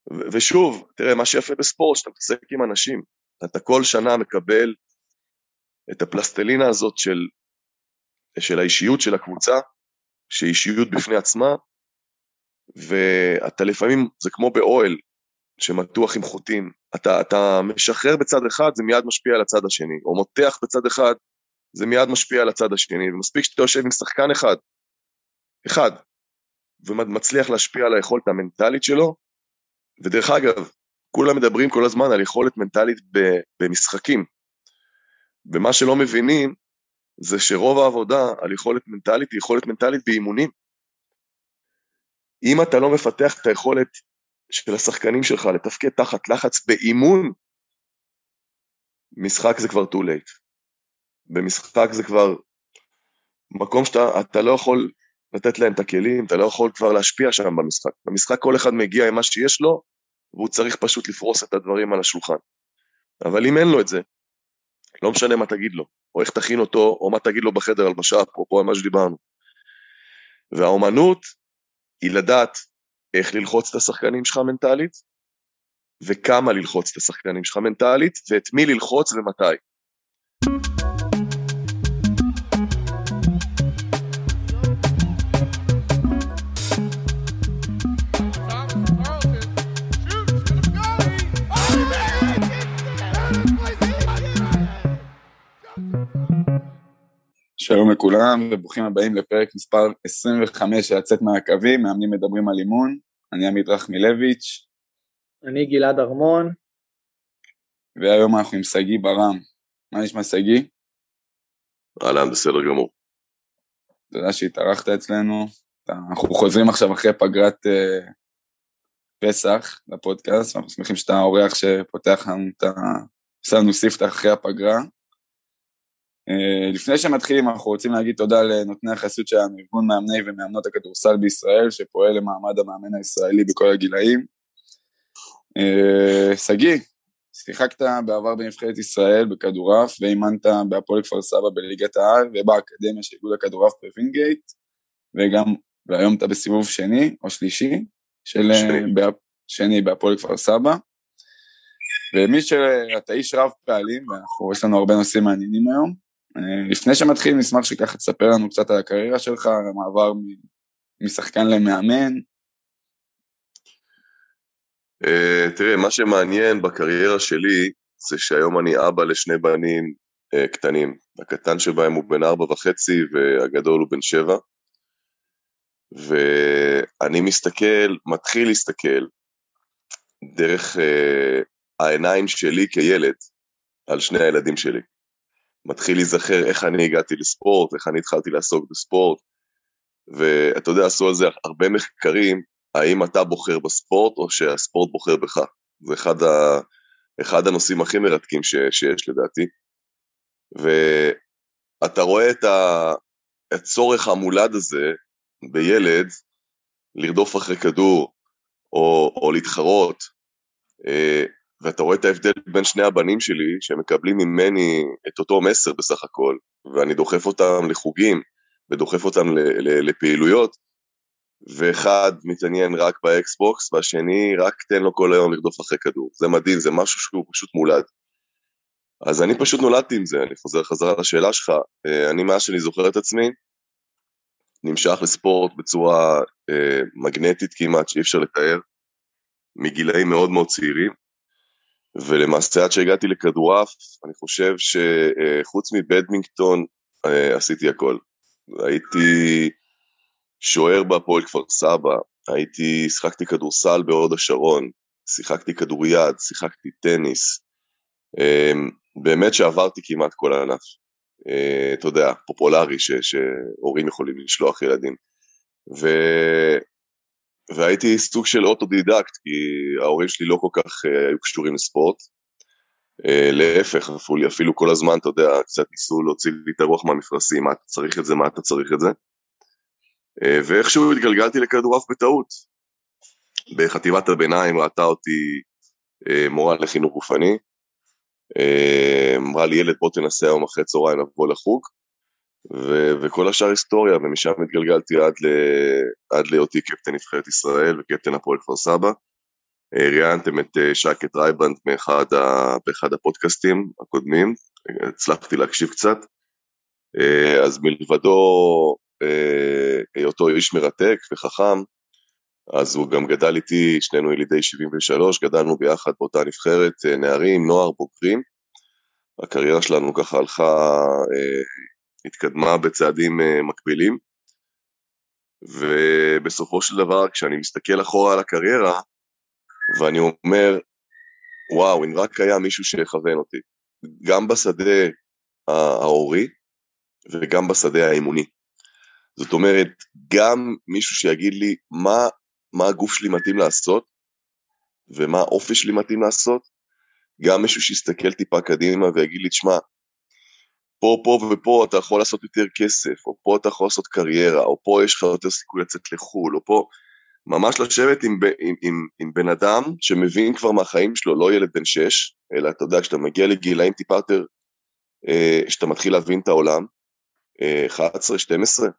ושוב, תראה, מה שיפה בספורט, שאתה מתעסק עם אנשים, אתה כל שנה מקבל את הפלסטלינה הזאת של האישיות של הקבוצה, שהיא אישיות בפני עצמה, ואתה לפעמים, זה כמו באוהל, שמתוח עם חוטים, אתה משחרר בצד אחד, זה מיד משפיע על הצד השני, או מותח בצד אחד, זה מיד משפיע על הצד השני, ומספיק שאתה יושב עם שחקן אחד, ומצליח להשפיע על היכולת המנטלית שלו, ודרך אגב, כולם מדברים כל הזמן על יכולת מנטלית במשחקים, ומה שלא מבינים, זה שרוב העבודה על יכולת מנטלית, היא יכולת מנטלית באימונים. אם אתה לא מפתח את היכולת של השחקנים שלך לתפקד תחת לחץ באימון, משחק זה כבר too late. במשחק זה כבר מקום שאתה לא יכול לתת להם את הכלים, אתה לא יכול כבר להשפיע שם במשחק. במשחק כל אחד מגיע עם מה שיש לו, והוא צריך פשוט לפרוס את הדברים על השולחן. אבל אם אין לו את זה, לא משנה מה תגיד לו, או איך תכין אותו, או מה תגיד לו בחדר על בשעה, אפרופו מה שדיברנו. והאומנות היא לדעת איך ללחוץ את השחקנים שלך מנטלית, וכמה ללחוץ את השחקנים שלך מנטלית, ואת מי ללחוץ ומתי. שלום לכולם וברוכים הבאים לפרק מספר 25 של לצאת מהקווים, מאמנים מדברים על אימון. אני עמית רחמילביץ'. אני גלעד ארמון. והיום אנחנו עם סגי ברם. מה נשמע סגי? אהלן, בסדר גמור. תודה שהתארחת אצלנו. אנחנו חוזרים עכשיו אחרי פגרת פסח לפודקאסט, ואנחנו שמחים שאתה אורח שפותח לנו ספתח אחרי הפגרה. לפני שמתחילים אנחנו רוצים להגיד תודה לנותני החסות שלנו, ארגון מאמני ומאמנות הכדורסל בישראל, שפועל למעמד המאמן הישראלי בכל הגילאים. סגי, שיחקת בעבר בנבחרת ישראל בכדורעף, ואימנת בהפועל כפר סבא בליגת העל, ובאקדמיה של איגוד הכדורעף בווינגייט, והיום אתה בסיבוב שני או שלישי, שני בהפועל כפר סבא. ומי שאתה איש רב פעלים, ויש לנו הרבה נושאים מעניינים היום. לפני שמתחיל נשמח שככה תספר לנו קצת על הקריירה שלך, המעבר משחקן למאמן. תראה, מה שמעניין בקריירה שלי, זה שהיום אני אבא לשני בנים קטנים. הקטן שבהם הוא בן 4.5 והגדול הוא בן 7. ואני מתחיל להסתכל דרך העיניים שלי כילד על שני הילדים שלי. מתחיל להיזכר איך אני הגעתי לספורט, איך אני התחלתי לעסוק בספורט, ואתה יודע, עשו על זה הרבה מחקרים, האם אתה בוחר בספורט או שהספורט בוחר בך. זה אחד הנושאים הכי מרתקים שיש לדעתי. ואתה רואה את הצורך המולד הזה בילד, לרדוף אחרי כדור, או להתחרות, ואתה רואה את ההבדל בין שני הבנים שלי, שהם מקבלים ממני את אותו מסר בסך הכל, ואני דוחף אותם לחוגים, ודוחף אותם לפעילויות, ואחד מתעניין רק באקסבוקס, והשני רק תן לו כל היום לרדוף אחרי כדור. זה מדהים, זה משהו שהוא פשוט מולד. אז אני פשוט נולדתי עם זה, אני חזרה לשאלה שלך, אני מאז שאני זוכר את עצמי, נמשך לספורט בצורה מגנטית כמעט, שאי אפשר לתאר, מגילאים מאוד מאוד צעירים, ולמעשה עד שהגעתי לכדורעף, אני חושב שחוץ מבדמינגטון עשיתי הכל. הייתי שוער בהפועל כפר סבא, שיחקתי כדורסל בהוד השרון, שיחקתי כדוריד, שיחקתי טניס, באמת שעברתי כמעט כל הענף. אתה יודע, פופולרי שהורים יכולים לשלוח ילדים. והייתי סוג של אוטודידקט, כי ההורים שלי לא כל כך היו קשורים לספורט. להפך, אפילו כל הזמן, אתה יודע, קצת ניסו להוציא לי את הרוח מהמפרשים, מה אתה צריך את זה, מה אתה צריך את זה. ואיכשהו התגלגלתי לכדורעף בטעות. בחטיבת הביניים ראתה אותי מורה לחינוך גופני, אמרה לי, ילד, בוא תנסה היום אחרי צהריים לבוא לחוג, וכל השאר היסטוריה, ומשם התגלגלתי עד להיותי קפטן נבחרת ישראל וקפטן הפועל כפר סבא, ראיינתם את שקט רייבנד באחד הפודקאסטים הקודמים, הצלחתי להקשיב קצת, אז מלבדו היותו איש מרתק וחכם, אז הוא גם גדל איתי, שנינו ילידי 73, גדלנו ביחד באותה נבחרת, נערים, נוער, בוגרים, הקריירה שלנו ככה הלכה, התקדמה בצעדים מקבילים, ובסופו של דבר כשאני מסתכל אחורה על הקריירה, ואני אומר, וואו, אם רק היה מישהו שיכוון אותי, גם בשדה ההורי, וגם בשדה האימוני. זאת אומרת, גם מישהו שיגיד לי, מה הגוף שלי מתאים לעשות, ומה האופי שלי מתאים לעשות, גם מישהו שיסתכל טיפה קדימה, ויגיד לי, תשמע, פה ופה אתה יכול לעשות יותר כסף, או פה אתה יכול לעשות קריירה, או פה יש לך יותר סיכוי לצאת לחול, או פה, ממש לשבת עם בן אדם שמבין כבר מהחיים שלו, לא ילד בן 6, אלא אתה יודע, כשאתה מגיע לגילאים טיפה יותר, שאתה מתחיל להבין את העולם, 11, 12,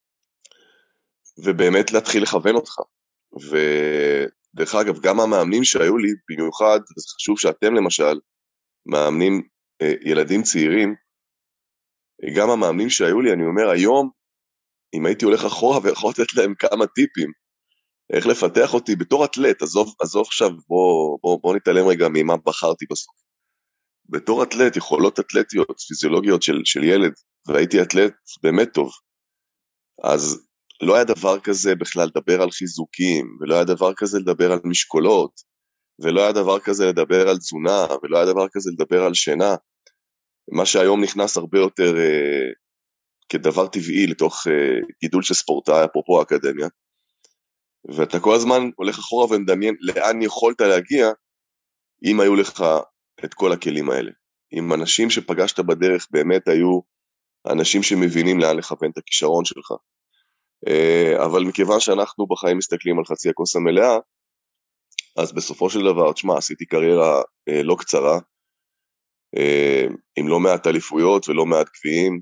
ובאמת להתחיל לכוון אותך. ודרך אגב, גם המאמנים שהיו לי, במיוחד, זה חשוב שאתם למשל, מאמנים ילדים צעירים, גם המאמנים שהיו לי, אני אומר, היום, אם הייתי הולך אחורה ויכול לתת להם כמה טיפים, איך לפתח אותי בתור אתלט, עזוב עכשיו, בוא נתעלם רגע ממה בחרתי בסוף. בתור אתלט, יכולות אתלטיות, פיזיולוגיות של ילד, והייתי אתלט באמת טוב. אז לא היה דבר כזה בכלל לדבר על חיזוקים, ולא היה דבר כזה לדבר על משקולות, ולא היה דבר כזה לדבר על תזונה, ולא היה דבר כזה לדבר על שינה. מה שהיום נכנס הרבה יותר כדבר טבעי לתוך גידול של ספורטאי, אפרופו האקדמיה. ואתה כל הזמן הולך אחורה ומדמיין לאן יכולת להגיע, אם היו לך את כל הכלים האלה. אם אנשים שפגשת בדרך באמת היו אנשים שמבינים לאן לכוון את הכישרון שלך. אבל מכיוון שאנחנו בחיים מסתכלים על חצי הכוס המלאה, אז בסופו של דבר, תשמע, עשיתי קריירה לא קצרה, עם לא מעט אליפויות ולא מעט גביעים,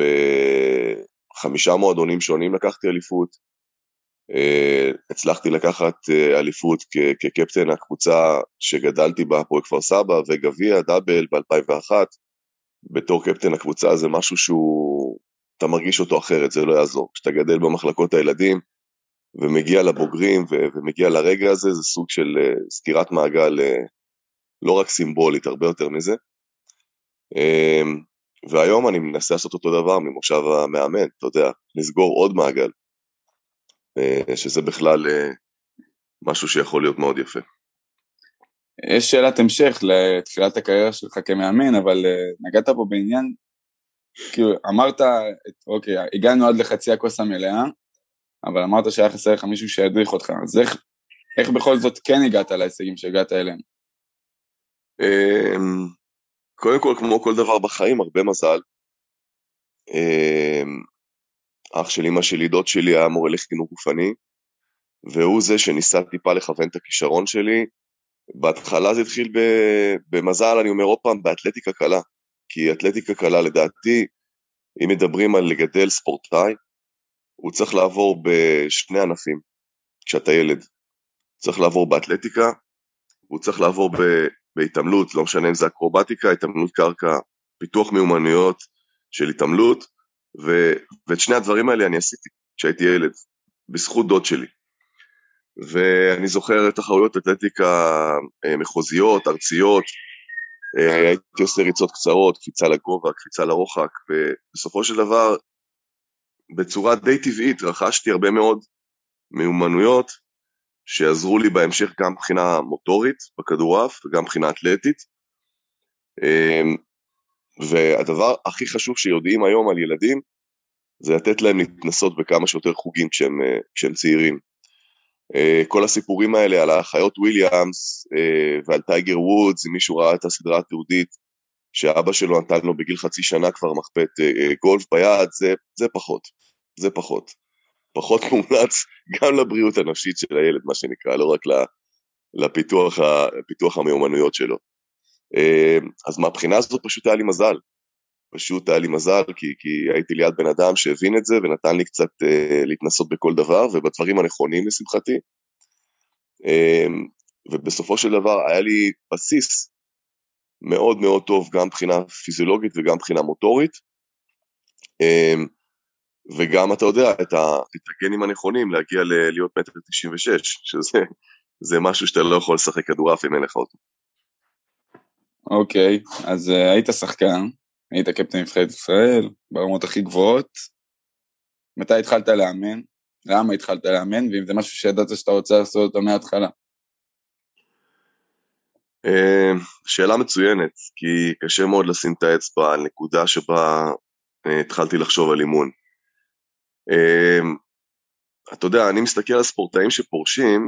ב5 מועדונים שונים לקחתי אליפות, הצלחתי לקחת אליפות כקפטן הקבוצה שגדלתי בה, הפועל כפר סבא, וגביע, דאבל ב-2001, בתור קפטן הקבוצה זה משהו שהוא, אתה מרגיש אותו אחרת, זה לא יעזור. כשאתה גדל במחלקות הילדים, ומגיע לבוגרים, ומגיע לרגע הזה, זה סוג של סתירת מעגל, לא רק סימבולית, הרבה יותר מזה. והיום אני מנסה לעשות אותו דבר ממושב המאמן, אתה יודע, לסגור עוד מעגל, שזה בכלל משהו שיכול להיות מאוד יפה. יש שאלת המשך לתחילת הקריירה שלך כמאמן, אבל נגעת פה בעניין, כאילו אמרת, אוקיי, הגענו עד לחצי הכוס המלאה, אבל אמרת שהיה חסר לך מישהו שידריך אותך, אז איך בכל זאת כן הגעת להישגים שהגעת אליהם? קודם כל, כמו כל דבר בחיים, הרבה מזל. אח של אמא שלי, דוד שלי, היה מורה לחינוך גופני, והוא זה שניסה טיפה לכוון את הכישרון שלי. בהתחלה זה התחיל במזל, אני אומר עוד פעם, באתלטיקה קלה, כי אתלטיקה קלה לדעתי, אם מדברים על לגדל ספורטאי, הוא צריך לעבור בשני ענפים, כשאתה ילד. צריך לעבור באתלטיקה, הוא צריך לעבור בהתעמלות, לא משנה אם זה אקרובטיקה, התעמלות קרקע, פיתוח מיומנויות של התעמלות, ואת שני הדברים האלה אני עשיתי כשהייתי ילד, בזכות דוד שלי. ואני זוכר תחרויות אתלטיקה מחוזיות, ארציות, הייתי עושה ריצות קצרות, קפיצה לגובה, קפיצה לרוחק, ובסופו של דבר, בצורה די טבעית, רכשתי הרבה מאוד מיומנויות, שעזרו לי בהמשך גם מבחינה מוטורית בכדורעף, וגם מבחינה אתלטית. והדבר הכי חשוב שיודעים היום על ילדים, זה לתת להם להתנסות בכמה שיותר חוגים כשהם צעירים. כל הסיפורים האלה על האחיות וויליאמס ועל טייגר וודס, אם מישהו ראה את הסדרה התיעודית, שאבא שלו נתן לו בגיל חצי שנה כבר מחפת גולף ביד, זה פחות מומלץ גם לבריאות הנפשית של הילד, מה שנקרא, לא רק לפיתוח המיומנויות שלו. אז מהבחינה הזאת פשוט היה לי מזל, כי הייתי ליד בן אדם שהבין את זה, ונתן לי קצת להתנסות בכל דבר, ובדברים הנכונים לשמחתי. ובסופו של דבר היה לי בסיס מאוד מאוד טוב, גם מבחינה פיזיולוגית וגם מבחינה מוטורית, וגם אתה יודע, את הגנים הנכונים להגיע להיות 1.96 מטר, שזה משהו שאתה לא יכול לשחק כדורעף אם אין לך אותו. אוקיי, אז היית שחקן, היית קפטן נבחרת ישראל, ברמות הכי גבוהות. מתי התחלת לאמן? למה התחלת לאמן? ואם זה משהו שידעת שאתה רוצה לעשות אותו מההתחלה? שאלה מצוינת, כי קשה מאוד לשים את האצבע על נקודה שבה התחלתי לחשוב על אימון. אתה יודע, אני מסתכל על ספורטאים שפורשים,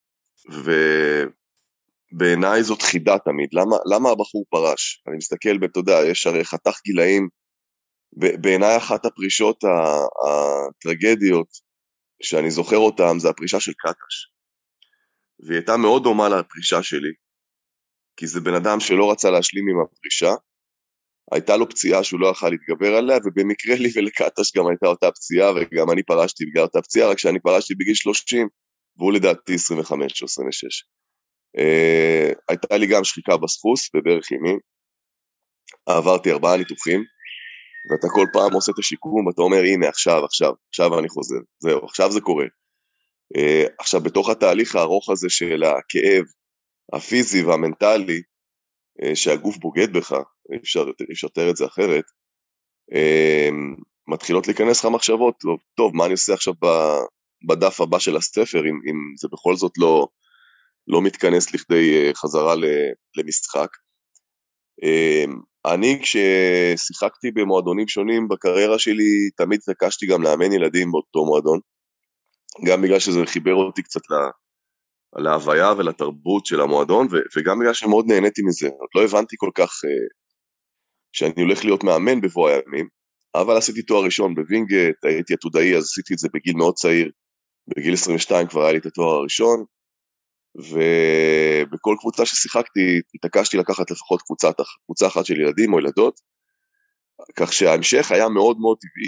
ובעיניי זאת חידה תמיד. למה הבחור פרש? אני מסתכל, אתה יודע, יש הרי חתך גילאים, בעיניי אחת הפרישות הטרגדיות שאני זוכר אותם, זה הפרישה של קטש. והיא הייתה מאוד דומה לפרישה שלי, כי זה בן אדם שלא רצה להשלים עם הפרישה, הייתה לו פציעה שהוא לא יכל להתגבר עליה, ובמקרה לי ולקטש גם הייתה אותה פציעה, וגם אני פרשתי בגלל אותה פציעה, רק שאני פרשתי בגיל 30, והוא לדעתי 25 או 26. הייתה לי גם שחיקה בסחוס, בברך ימין, עברתי 4 ניתוחים, ואתה כל פעם עושה את השיקום, ואתה אומר, הנה, עכשיו אני חוזר, זהו, עכשיו זה קורה. עכשיו, בתוך התהליך הארוך הזה של הכאב, הפיזי והמנטלי, שהגוף בוגד בך, אפשר לתאר את זה אחרת, מתחילות להיכנס לך מחשבות, טוב, מה אני עושה עכשיו בדף הבא של הספר, אם זה בכל זאת לא מתכנס לכדי חזרה למשחק. אני כששיחקתי במועדונים שונים בקריירה שלי, תמיד התעקשתי גם לאמן ילדים באותו מועדון, גם בגלל שזה חיבר אותי קצת להוויה ולתרבות של המועדון, וגם בגלל שמאוד נהניתי מזה. לא הבנתי כל כך שאני הולך להיות מאמן בבוא הימים, אבל עשיתי תואר ראשון בווינגייט, הייתי עתודאי, אז עשיתי את זה בגיל מאוד צעיר, בגיל 22 כבר היה לי את התואר הראשון, ובכל קבוצה ששיחקתי, התעקשתי לקחת לפחות קבוצה אחת של ילדים או ילדות, כך שההמשך היה מאוד מאוד טבעי.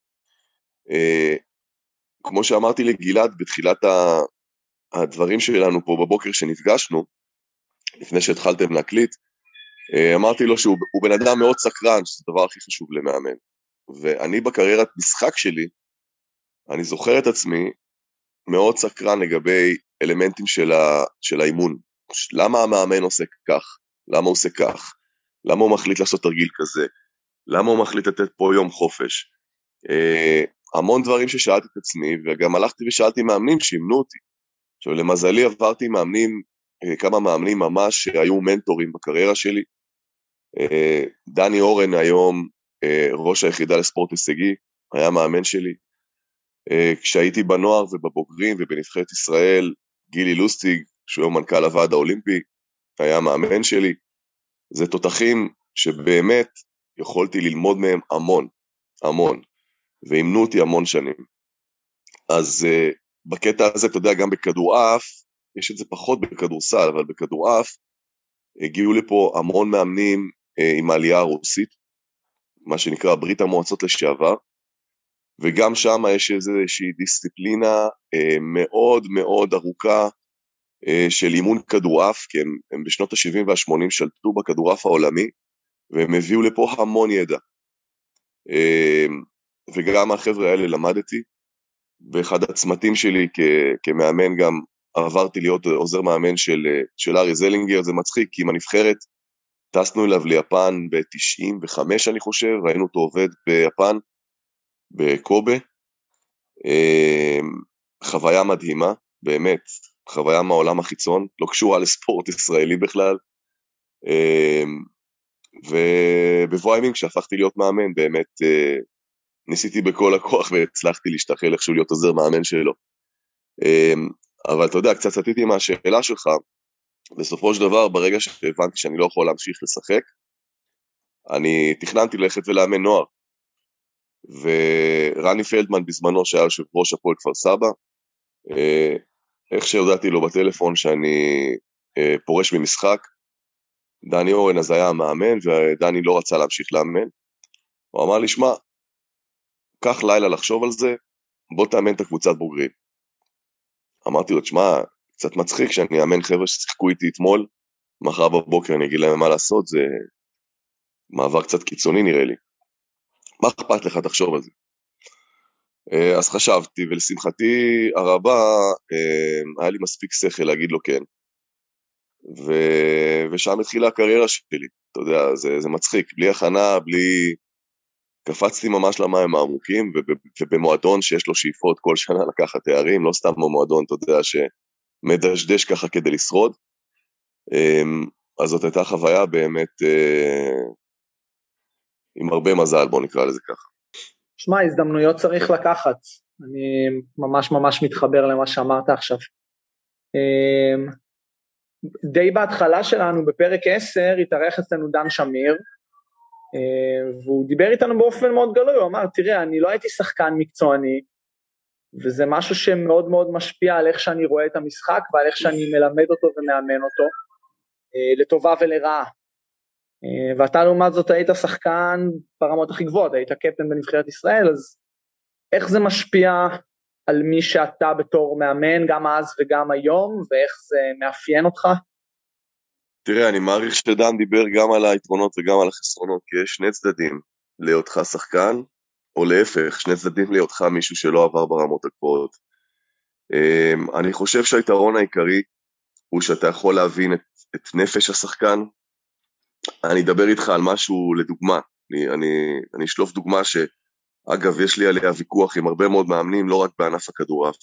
כמו שאמרתי לגלעד בתחילת הדברים שלנו פה בבוקר שנפגשנו, לפני שהתחלתם להקליט, אמרתי לו שהוא בן אדם מאוד סקרן, שזה הדבר הכי חשוב למאמן. ואני בקריירת משחק שלי, אני זוכר את עצמי מאוד סקרן לגבי אלמנטים של האימון. למה המאמן עושה כך? למה הוא עושה כך? למה הוא מחליט לעשות תרגיל כזה? למה הוא מחליט לתת פה יום חופש? המון דברים ששאלתי את עצמי, וגם הלכתי ושאלתי מאמנים שימנו אותי. עכשיו, למזלי עברתי כמה מאמנים ממש שהיו מנטורים בקריירה שלי. דני אורן היום, ראש היחידה לספורט הישגי, היה מאמן שלי. כשהייתי בנוער ובבוגרים ובנבחרת ישראל, גילי לוסטיג, שהוא היום מנכ"ל הוועד האולימפי, היה מאמן שלי. זה תותחים שבאמת יכולתי ללמוד מהם המון, ואימנו אותי המון שנים. אז בקטע הזה, אתה יודע, גם בכדורעף, יש את זה פחות בכדורסל, אבל בכדורעף, הגיעו לפה המון מאמנים עם העלייה הרוסית, מה שנקרא ברית המועצות לשעבר, וגם שם יש איזושהי דיסציפלינה מאוד מאוד ארוכה של אימון כדורעף, כי הם בשנות ה-70 וה-80 שלטו בכדורעף העולמי, והם הביאו לפה המון ידע. וגם החבר'ה האלה למדתי, באחד הצמתים שלי כמאמן גם עברתי להיות עוזר מאמן של ארי זלינגר. זה מצחיק, כי עם הנבחרת טסנו אליו ליפן ב-95 אני חושב, ראינו אותו עובד ביפן, בקובה, חוויה מדהימה, באמת, חוויה מהעולם החיצון, לא קשורה לספורט ישראלי בכלל, ובבוא הימים כשהפכתי להיות מאמן, באמת ניסיתי בכל הכוח והצלחתי להשתחל איכשהו להיות עוזר מאמן שלו. אבל אתה יודע, קצת סטיתי מהשאלה שלך, בסופו של דבר, ברגע שהבנתי שאני לא יכול להמשיך לשחק, אני תכננתי ללכת ולאמן נוער, ורני פלדמן בזמנו שהיה יושב ראש הפועל כפר סבא, איך שהודעתי לו בטלפון שאני פורש ממשחק, דני אורן אז היה המאמן, ודני לא רצה להמשיך לאמן, הוא אמר לי, שמע, קח לילה לחשוב על זה, בוא תאמן את הקבוצת בוגרים. אמרתי לו, שמע, קצת מצחיק שאני אאמן חבר'ה ששיחקו איתי אתמול, מחר בבוקר אני אגיד להם מה לעשות, זה מעבר קצת קיצוני נראה לי. מה אכפת לך, תחשוב על זה. אז חשבתי, ולשמחתי הרבה, היה לי מספיק שכל להגיד לו כן. ושם התחילה הקריירה שלי, אתה יודע, זה מצחיק, בלי הכנה, קפצתי ממש למים העמוקים, ובמועדון שיש לו שאיפות כל שנה לקחת תארים, לא סתם במועדון, אתה יודע, שמדשדש ככה כדי לשרוד. אז זאת הייתה חוויה באמת עם הרבה מזל, בוא נקרא לזה ככה. שמע, הזדמנויות צריך לקחת, אני ממש מתחבר למה שאמרת עכשיו. די בהתחלה שלנו בפרק 10 התארח אצלנו דן שמיר, והוא דיבר איתנו באופן מאוד גלוי, הוא אמר, תראה, אני לא הייתי שחקן מקצועני, וזה משהו שמאוד מאוד משפיע על איך שאני רואה את המשחק, ועל איך שאני מלמד אותו ומאמן אותו, לטובה ולרעה. ואתה לעומת זאת היית שחקן ברמות הכי גבוהות, היית קפטן בנבחרת ישראל, אז איך זה משפיע על מי שאתה בתור מאמן, גם אז וגם היום, ואיך זה מאפיין אותך? תראה, אני מעריך שדן דיבר גם על היתרונות וגם על החסרונות, כי יש שני צדדים להיותך שחקן, או להפך, שני צדדים להיותך מישהו שלא עבר ברמות הגבוהות. אני חושב שהיתרון העיקרי הוא שאתה יכול להבין את נפש השחקן. אני אדבר איתך על משהו לדוגמה, אני אשלוף דוגמה שאגב יש לי עליה ויכוח עם הרבה מאוד מאמנים, לא רק בענף הכדורעף.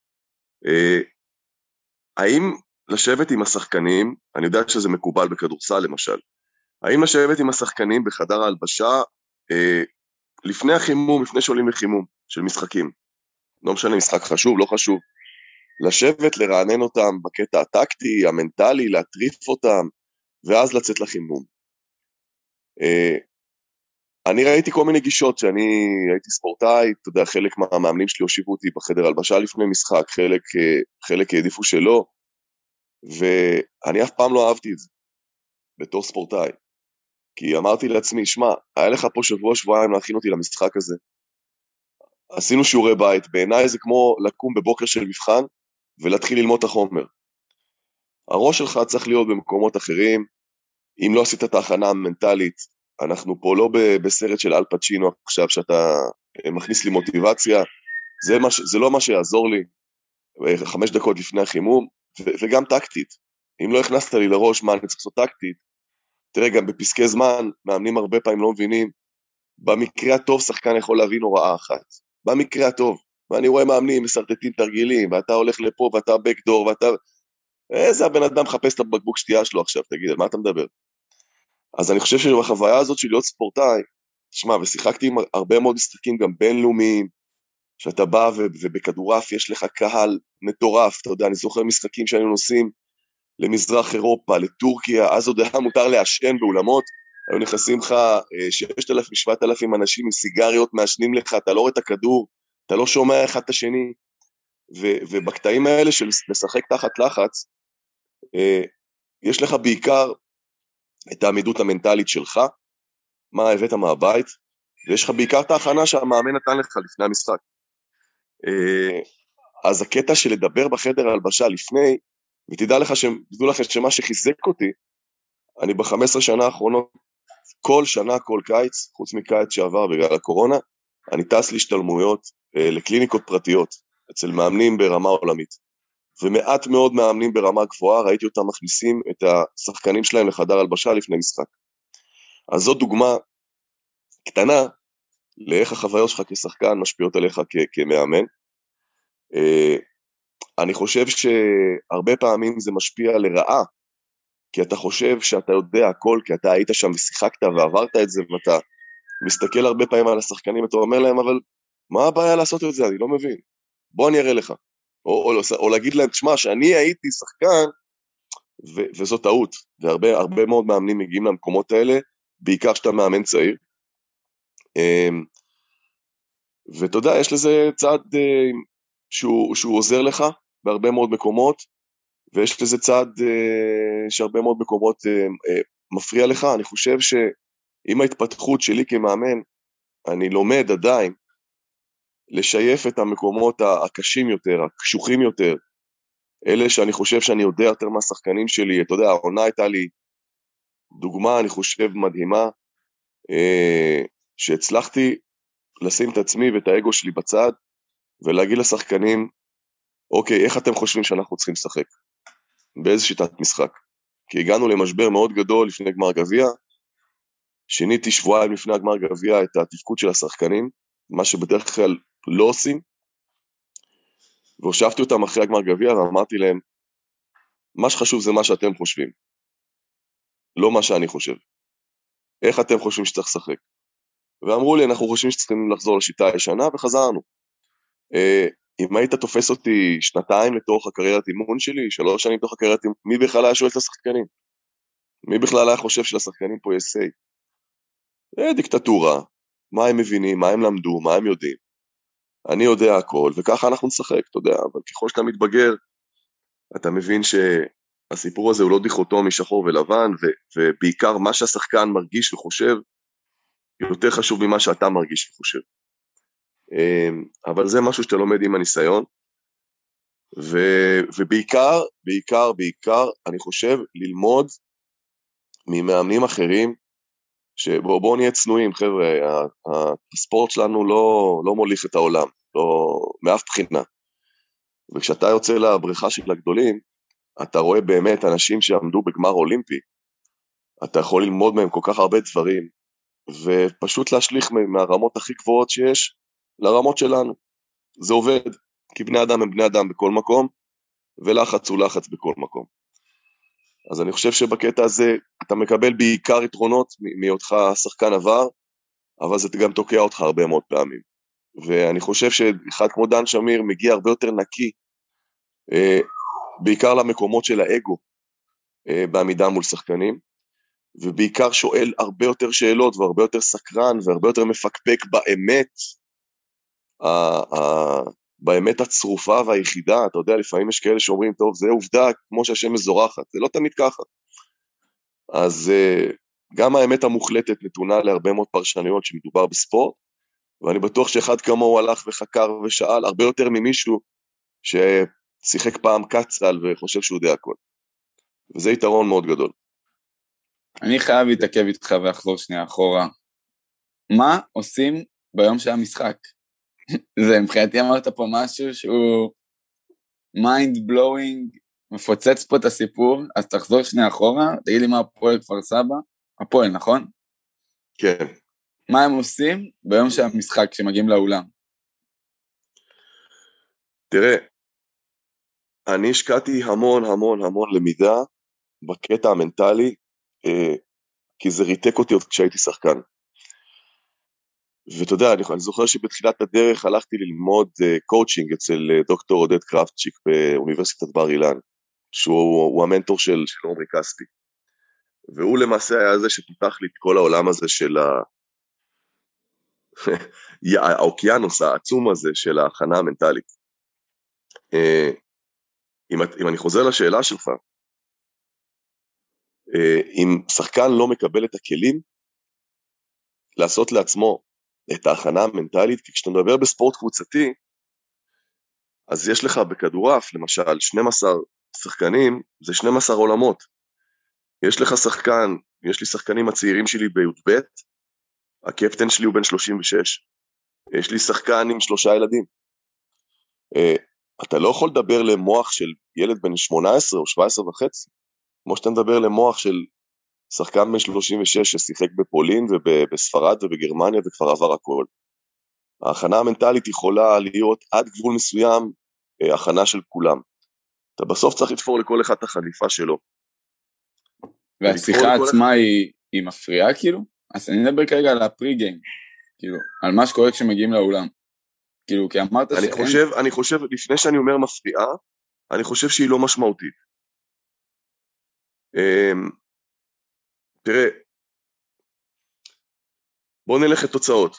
האם לשבת עם השחקנים, אני יודע שזה מקובל בכדורסל למשל, האם לשבת עם השחקנים בחדר ההלבשה לפני החימום, לפני שעולים לחימום של משחקים, לא משנה משחק חשוב, לא חשוב, לשבת לרענן אותם בקטע הטקטי, המנטלי, להטריף אותם, ואז לצאת לחימום. אני ראיתי כל מיני גישות שאני הייתי ספורטאי, אתה יודע, חלק מהמאמנים שלי הושיבו אותי בחדר הלבשה לפני משחק, חלק העדיפו שלא, ואני אף פעם לא אהבתי את זה, בתור ספורטאי, כי אמרתי לעצמי, שמע, היה לך פה שבועיים להכין אותי למשחק הזה, עשינו שיעורי בית, בעיניי זה כמו לקום בבוקר של מבחן, ולהתחיל ללמוד את החומר. הראש שלך צריך להיות במקומות אחרים, אם לא עשית את ההכנה המנטלית, אנחנו פה לא בסרט של אל פצ'ינו עכשיו, שאתה מכניס לי מוטיבציה, זה לא מה שיעזור לי, 5 דקות לפני החימום, וגם טקטית. אם לא הכנסת לי לראש מה אני צריך לעשות טקטית, תראה, גם בפסקי זמן, מאמנים הרבה פעמים לא מבינים, במקרה הטוב שחקן יכול להבין הוראה אחת, במקרה הטוב, ואני רואה מאמנים מסרטטים תרגילים, ואתה הולך לפה ואתה בקדור, ואתה... איזה הבן אדם מחפש את הבקבוק שתייה שלו עכשיו, תגיד, על מה אתה מדבר? אז אני חושב שבחוויה הזאת של להיות ספורטאי, תשמע, ושיחקתי עם הרבה מאוד משחקים גם בינלאומיים, שאתה בא ובכדורעף יש לך קהל מטורף, אתה יודע, אני זוכר משחקים שהיינו נוסעים למזרח אירופה, לטורקיה, אז עוד היה מותר לעשן באולמות, היו נכנסים לך 6,000-7,000 אנשים עם סיגריות, מעשנים לך, אתה לא רואה את הכדור, אתה לא שומע אחד את השני, ובקטעים האלה של לשחק תחת לחץ, יש לך בעיקר את העמידות המנטלית שלך, מה הבאת מהבית, ויש לך בעיקר את ההכנה שהמאמן נתן לך לפני המשחק. אז הקטע של לדבר בחדר הלבשה לפני, ותדעו לכם שמה שחיזק אותי, אני ב-15 שנה האחרונות, כל שנה, כל קיץ, חוץ מקיץ שעבר בגלל הקורונה, אני טס להשתלמויות לקליניקות פרטיות, אצל מאמנים ברמה עולמית. ומעט מאוד מאמנים ברמה גבוהה, ראיתי אותם מכניסים את השחקנים שלהם לחדר הלבשה לפני משחק. אז זו דוגמה קטנה, לאיך החוויות שלך כשחקן משפיעות עליך כמאמן. אני חושב שהרבה פעמים זה משפיע לרעה, כי אתה חושב שאתה יודע הכל, כי אתה היית שם ושיחקת ועברת את זה, ואתה מסתכל הרבה פעמים על השחקנים, אתה אומר להם, אבל מה הבעיה לעשות את זה? אני לא מבין. בוא אני אראה לך. או להגיד להם, תשמע, שאני הייתי שחקן, וזו טעות, והרבה מאוד מאמנים מגיעים למקומות האלה, בעיקר שאתה מאמן צעיר. ואתה יודע, יש לזה צעד שהוא עוזר לך בהרבה מאוד מקומות, ויש לזה צעד שהרבה מאוד מקומות מפריע לך. אני חושב שעם ההתפתחות שלי כמאמן, אני לומד עדיין לשייף את המקומות הקשים יותר, הקשוחים יותר, אלה שאני חושב שאני יודע יותר מהשחקנים שלי, אתה יודע, העונה הייתה לי דוגמה, אני חושב, מדהימה, שהצלחתי לשים את עצמי ואת האגו שלי בצד, ולהגיד לשחקנים, אוקיי, איך אתם חושבים שאנחנו צריכים לשחק? באיזה שיטת משחק? כי הגענו למשבר מאוד גדול לפני גמר גביע, שיניתי שבועיים לפני הגמר גביע את התפקוד של השחקנים, מה שבדרך כלל לא עושים, והושבתי אותם אחרי הגמר גביע ואמרתי להם, מה שחשוב זה מה שאתם חושבים, לא מה שאני חושב. איך אתם חושבים שצריך לשחק? ואמרו לי, אנחנו חושבים שצריכים לחזור לשיטה הישנה, וחזרנו. אם היית תופס אותי שנתיים לתוך הקריירת אימון שלי, 3 שנים לתוך הקריירת אימון, מי בכלל היה שואל את השחקנים? מי בכלל היה חושב שלשחקנים פה יש say? זה דיקטטורה, מה הם מבינים, מה הם למדו, מה הם יודעים. אני יודע הכל, וככה אנחנו נשחק, אתה יודע, אבל ככל שאתה מתבגר, אתה מבין שהסיפור הזה הוא לא דיכוטומי שחור ולבן, ובעיקר מה שהשחקן מרגיש וחושב, יותר חשוב ממה שאתה מרגיש וחושב. אבל זה משהו שאתה לומד עם הניסיון, ובעיקר, אני חושב, ללמוד ממאמנים אחרים, שבואו נהיה צנועים, חבר'ה, הספורט שלנו לא מוליך את העולם, לא, מאף בחינה. וכשאתה יוצא לבריכה של הגדולים, אתה רואה באמת אנשים שעמדו בגמר אולימפי, אתה יכול ללמוד מהם כל כך הרבה דברים, ופשוט להשליך מהרמות הכי גבוהות שיש, לרמות שלנו. זה עובד, כי בני אדם הם בני אדם בכל מקום, ולחץ הוא לחץ בכל מקום. אז אני חושב שבקטע הזה, אתה מקבל בעיקר יתרונות מהיותך שחקן עבר, אבל זה גם תוקע אותך הרבה מאוד פעמים. ואני חושב שאחד כמו דן שמיר מגיע הרבה יותר נקי, בעיקר למקומות של האגו, בעמידה מול שחקנים, ובעיקר שואל הרבה יותר שאלות, והרבה יותר סקרן, והרבה יותר מפקפק באמת, באמת הצרופה והיחידה. אתה יודע, לפעמים יש כאלה שאומרים, טוב, זה עובדה כמו שהשם מזורחת, זה לא תמיד ככה. אז גם האמת המוחלטת נתונה להרבה מאוד פרשנויות שמדובר בספורט, ואני בטוח שאחד כמוהו הלך וחקר ושאל הרבה יותר ממישהו ששיחק פעם קצל וחושב שהוא יודע הכל. וזה יתרון מאוד גדול. אני חייב להתעכב איתך ואחזור שנייה אחורה. מה עושים ביום של המשחק? זה מבחינתי אמרת פה משהו שהוא mind blowing, מפוצץ פה את הסיפור, אז תחזור שנייה אחורה, תגיד לי מה הפועל כפר סבא, הפועל, נכון? כן. מה הם עושים ביום של המשחק כשמגיעים לאולם? תראה, אני השקעתי המון למידה בקטע המנטלי, כי זה ריתק אותי עוד כשהייתי שחקן. ואתה יודע, אני זוכר שבתחילת הדרך הלכתי ללמוד קואוצ'ינג אצל דוקטור עודד קרפטצ'יק באוניברסיטת בר אילן, שהוא המנטור של עומרי כספי. והוא למעשה היה זה שפיתח לי את כל העולם הזה של האוקיינוס העצום הזה של ההכנה המנטלית. אם אני חוזר לשאלה שלך, אם שחקן לא מקבל את הכלים, לעשות לעצמו את ההכנה המנטלית, כי כשאתה מדבר בספורט קבוצתי, אז יש לך בכדורעף, למשל, 12 שחקנים, זה 12 עולמות. יש לך שחקן, יש לי שחקנים הצעירים שלי בי"ב, הקפטן שלי הוא בן 36, יש לי שחקן עם 3 ילדים. אתה לא יכול לדבר למוח של ילד בן 18 או 17 וחצי, כמו שאתה מדבר למוח של שחקן בן 36 ששיחק בפולין ובספרד ובגרמניה וכבר עבר הכל. ההכנה המנטלית יכולה להיות עד גבול מסוים הכנה של כולם. אתה בסוף צריך לתפור לכל אחד את החליפה שלו. והשיחה עצמה היא מפריעה כאילו? אז אני מדבר כרגע על הפרי-גיים, כאילו, על מה שקורה כשמגיעים לאולם. כאילו, כי אמרת אני חושב, לפני שאני אומר מפריעה, אני חושב שהיא לא משמעותית. תראה, בוא נלך לתוצאות.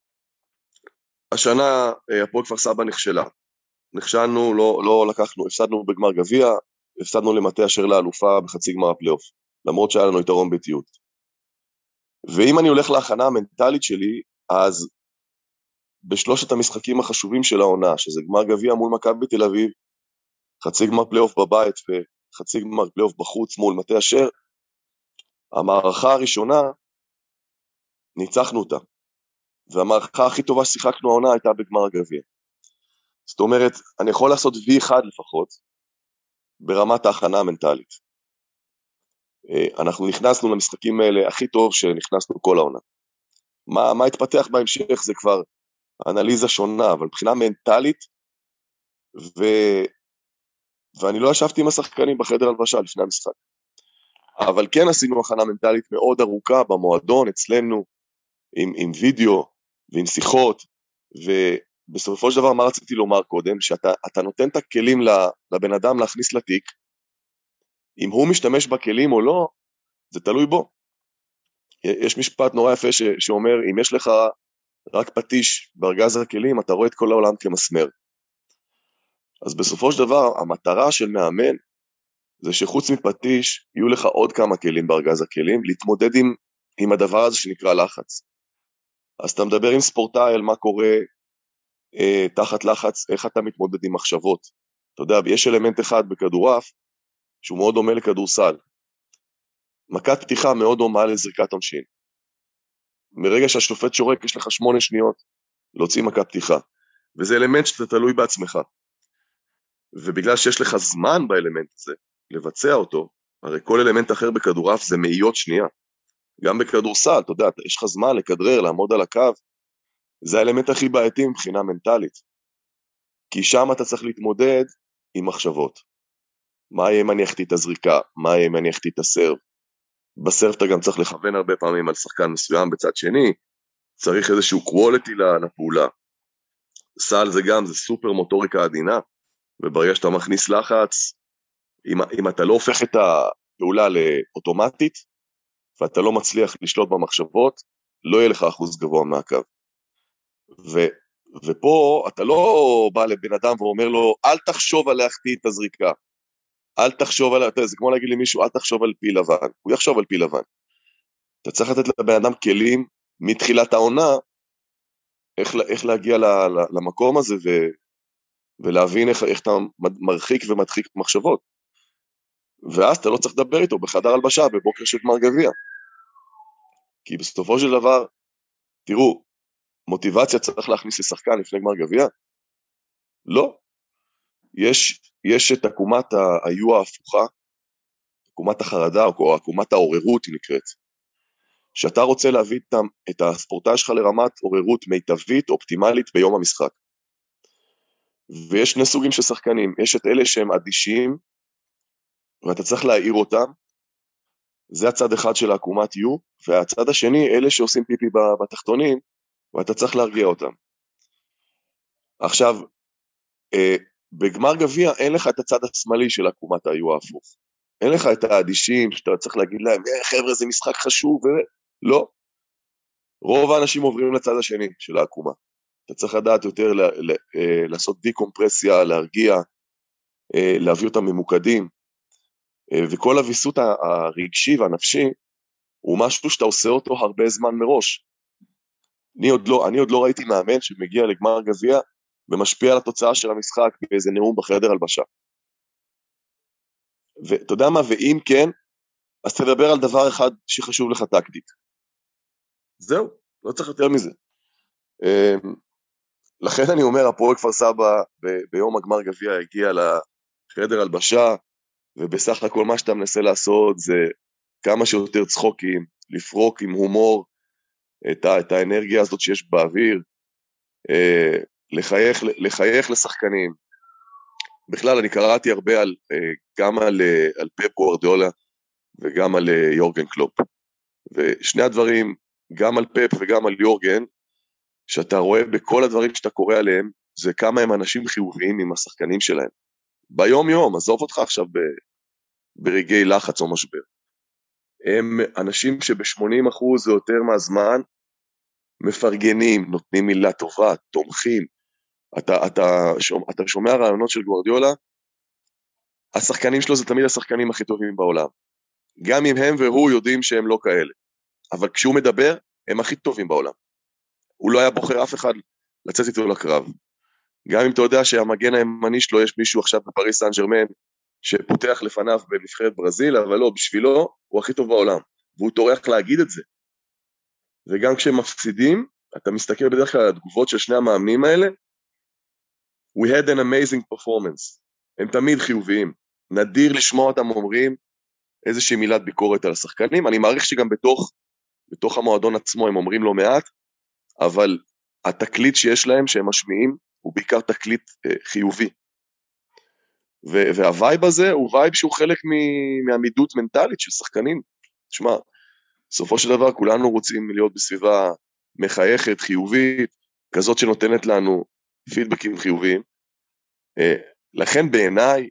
השנה הפועל כפר סבא נכשלנו, לא לקחנו, הפסדנו בגמר גביע, הפסדנו למטה אשר לאלופה בחצי גמר הפלייאוף, למרות שהיה לנו יתרון ביתיות. ואם אני הולך להכנה המנטלית שלי, אז בשלושת המשחקים החשובים של העונה, שזה גמר גביע מול מכבי תל אביב, חצי גמר פלייאוף בבית וחצי גמר פלייאוף בחוץ מול מטה אשר, המערכה הראשונה ניצחנו אותה, והמערכה הכי טובה ששיחקנו העונה הייתה בגמר הגביע. זאת אומרת, אני יכול לעשות V1 לפחות, ברמת ההכנה המנטלית. אנחנו נכנסנו למשחקים האלה הכי טוב שנכנסנו כל העונה. מה התפתח בהמשך זה כבר אנליזה שונה, אבל מבחינה מנטלית, ואני לא ישבתי עם השחקנים בחדר הלבשה לפני המשחק. אבל כן עשינו הכנה מנטלית מאוד ארוכה במועדון, אצלנו, עם וידאו ועם שיחות, ובסופו של דבר מה רציתי לומר קודם, שאתה נותן את הכלים לבן אדם להכניס לתיק, אם הוא משתמש בכלים או לא, זה תלוי בו. יש משפט נורא יפה שאומר, אם יש לך רק פטיש בארגז הכלים, אתה רואה את כל העולם כמסמר. אז בסופו של דבר, המטרה של מאמן, זה שחוץ מפטיש, יהיו לך עוד כמה כלים בארגז הכלים, להתמודד עם הדבר הזה שנקרא לחץ. אז אתה מדבר עם ספורטאי על מה קורה תחת לחץ, איך אתה מתמודד עם מחשבות. אתה יודע, יש אלמנט אחד בכדורעף, שהוא מאוד דומה לכדורסל. מכת פתיחה מאוד דומה לזריקת עונשין. מרגע שהשופט שורק, יש לך 8 שניות להוציא מכת פתיחה. וזה אלמנט שאתה תלוי בעצמך. ובגלל שיש לך זמן באלמנט הזה, לבצע אותו, הרי כל אלמנט אחר בכדורעף זה מאיות שנייה. גם בכדורסל, אתה יודע, יש לך זמן לכדרר, לעמוד על הקו, זה האלמנט הכי בעייתי מבחינה מנטלית. כי שם אתה צריך להתמודד עם מחשבות. מה יהיה אם אני אחטיא את הזריקה? מה יהיה אם אני אחטיא את הסרב? בסרב אתה גם צריך לכוון הרבה פעמים על שחקן מסוים בצד שני, צריך איזשהו quality לפעולה. סל זה גם, זה סופר מוטוריקה עדינה, וברגע שאתה מכניס לחץ, אם אתה לא הופך את הפעולה לאוטומטית, ואתה לא מצליח לשלוט במחשבות, לא יהיה לך אחוז גבוה מהקו. ופה אתה לא בא לבן אדם ואומר לו, אל תחשוב על להחטיא את הזריקה, אל תחשוב על, זה כמו להגיד למישהו, אל תחשוב על פיל לבן, הוא יחשוב על פיל לבן. אתה צריך לתת לבן אדם כלים מתחילת העונה, איך להגיע למקום הזה, ולהבין איך אתה מרחיק ומדחיק מחשבות. ואז אתה לא צריך לדבר איתו בחדר הלבשה, בבוקר של גמר גביע. כי בסופו של דבר, תראו, מוטיבציה צריך להכניס לשחקן לפני גמר גביע? לא. יש את עקומת היו ההפוכה, עקומת החרדה, או עקומת העוררות היא נקראת, שאתה רוצה להביא את הספורטאי שלך לרמת עוררות מיטבית, אופטימלית ביום המשחק. ויש שני סוגים של שחקנים, יש את אלה שהם אדישים, ואתה צריך להעיר אותם, זה הצד אחד של העקומת יו, והצד השני, אלה שעושים פיפי בתחתונים, ואתה צריך להרגיע אותם. עכשיו, בגמר גביע אין לך את הצד השמאלי של עקומת היו ההפוך. אין לך את האדישים שאתה צריך להגיד להם, חבר'ה זה משחק חשוב, לא. רוב האנשים עוברים לצד השני של העקומה. אתה צריך לדעת יותר לעשות דיקומפרסיה, להרגיע, להביא אותם ממוקדים, וכל הוויסות הרגשי והנפשי, הוא משהו שאתה עושה אותו הרבה זמן מראש. אני עוד לא ראיתי מאמן שמגיע לגמר גביע, ומשפיע על התוצאה של המשחק באיזה נאום בחדר הלבשה. ואתה יודע מה, ואם כן, אז תדבר על דבר אחד שחשוב לך טקטית. זהו, לא צריך יותר מזה. לכן אני אומר, הפועל כפר סבא ביום הגמר גביע הגיע לחדר הלבשה, ובסך הכל מה שאתה מנסה לעשות זה כמה שיותר צחוקים, לפרוק עם הומור את האנרגיה הזאת שיש באוויר, לחייך לשחקנים. בכלל אני קראתי הרבה גם על פפ גוארדיולה וגם על יורגן קלופ. ושני הדברים, גם על פפ וגם על יורגן, שאתה רואה בכל הדברים שאתה קורא עליהם, זה כמה הם אנשים חיוביים עם השחקנים שלהם. ביום יום, עזוב אותך עכשיו ברגעי לחץ או משבר. הם אנשים שב-80% או יותר מהזמן, מפרגנים, נותנים מילה טובה, תומכים. אתה שומע רעיונות של גוארדיולה, השחקנים שלו זה תמיד השחקנים הכי טובים בעולם. גם אם הם והוא יודעים שהם לא כאלה. אבל כשהוא מדבר, הם הכי טובים בעולם. הוא לא היה בוחר אף אחד לצאת איתו לקרב. גם אם אתה יודע שהמגן הימני שלו יש מישהו עכשיו בפריס סן ז'רמן, שפותח לפניו בנבחרת ברזיל, אבל לא, בשבילו הוא הכי טוב בעולם, והוא טורח להגיד את זה. וגם כשהם מפסידים, אתה מסתכל בדרך כלל על התגובות של שני המאמנים האלה, we had an amazing performance, הם תמיד חיוביים, נדיר לשמוע אותם אומרים איזושהי מילת ביקורת על השחקנים, אני מעריך שגם בתוך המועדון עצמו הם אומרים לא מעט, אבל התקליט שיש להם שהם משמיעים, הוא בעיקר תקליט חיובי, והווייב הזה הוא וייב שהוא חלק מעמידות מנטלית של שחקנים. תשמע, בסופו של דבר כולנו רוצים להיות בסביבה מחייכת, חיובית, כזאת שנותנת לנו פידבקים חיוביים. לכן בעיניי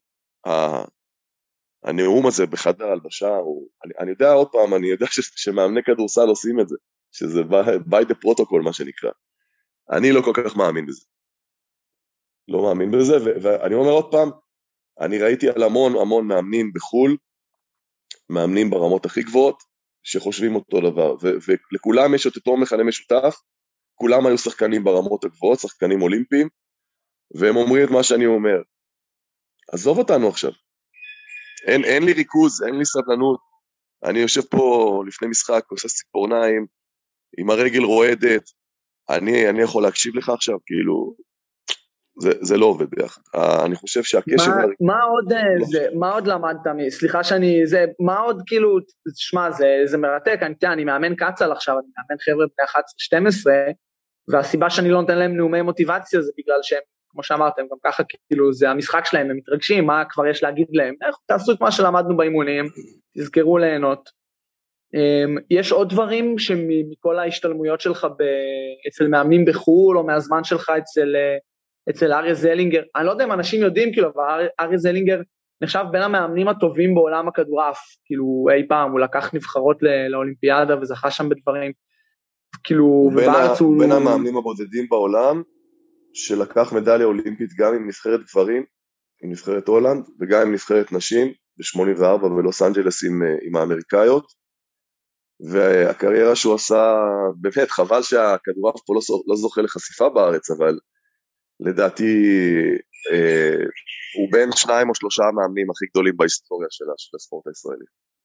הנאום הזה בחדר הלבשה, אני יודע עוד פעם, אני יודע שמאמני כדורסל עושים את זה, שזה by the protocol מה שנקרא. אני לא כל כך מאמין בזה. לא מאמין בזה, ואני אומר עוד פעם, אני ראיתי על המון מאמנים בחול, מאמנים ברמות הכי גבוהות, שחושבים אותו דבר, ולכולם יש אותו מכנה משותף, כולם היו שחקנים ברמות הגבוהות, שחקנים אולימפיים, והם אומרים את מה שאני אומר. עזוב אותנו עכשיו. אין לי ריכוז, אין לי סבלנות, אני יושב פה לפני משחק, עושה ציפורניים, עם הרגל רועדת, אני יכול להקשיב לך עכשיו, כאילו, זה לא עובד ביחד. אני חושב שהקשר... מה עוד למדת? סליחה מה עוד כאילו, תשמע, זה מרתק, אני מאמן קצל עכשיו, אני מאמן חבר'ה בני 11-12, והסיבה שאני לא נותן להם נאומי מוטיבציה, זה בגלל שהם, כמו שאמרתם, גם ככה כאילו, זה המשחק שלהם, הם מתרגשים, מה כבר יש להגיד להם? תעשו את מה שלמדנו באימונים, תזכרו ליהנות. יש עוד דברים שמכל ההשתלמויות שלך אצל מאמנים בחול, או מהזמן שלך אצל אריה זלינגר, אני לא יודע אם אנשים יודעים, כאילו, אבל אריה זלינגר נחשב בין המאמנים הטובים בעולם הכדורעף, כאילו אי פעם, הוא לקח נבחרות לאולימפיאדה וזכה שם בדברים, כאילו, ובארץ הוא... בין המאמנים הבודדים בעולם, שלקח מדליה אולימפית גם עם נבחרת גברים, עם נבחרת הולנד, וגם עם נבחרת נשים, ב-84 בלוס אנג'לס עם האמריקאיות, והקריירה שהוא עשה, באמת חבל שהכדורעף פה לא זוכה לחשיפה בארץ, אבל לדעתי הוא בין 2 או 3 המאמנים הכי גדולים בהיסטוריה של הספורט הישראלי.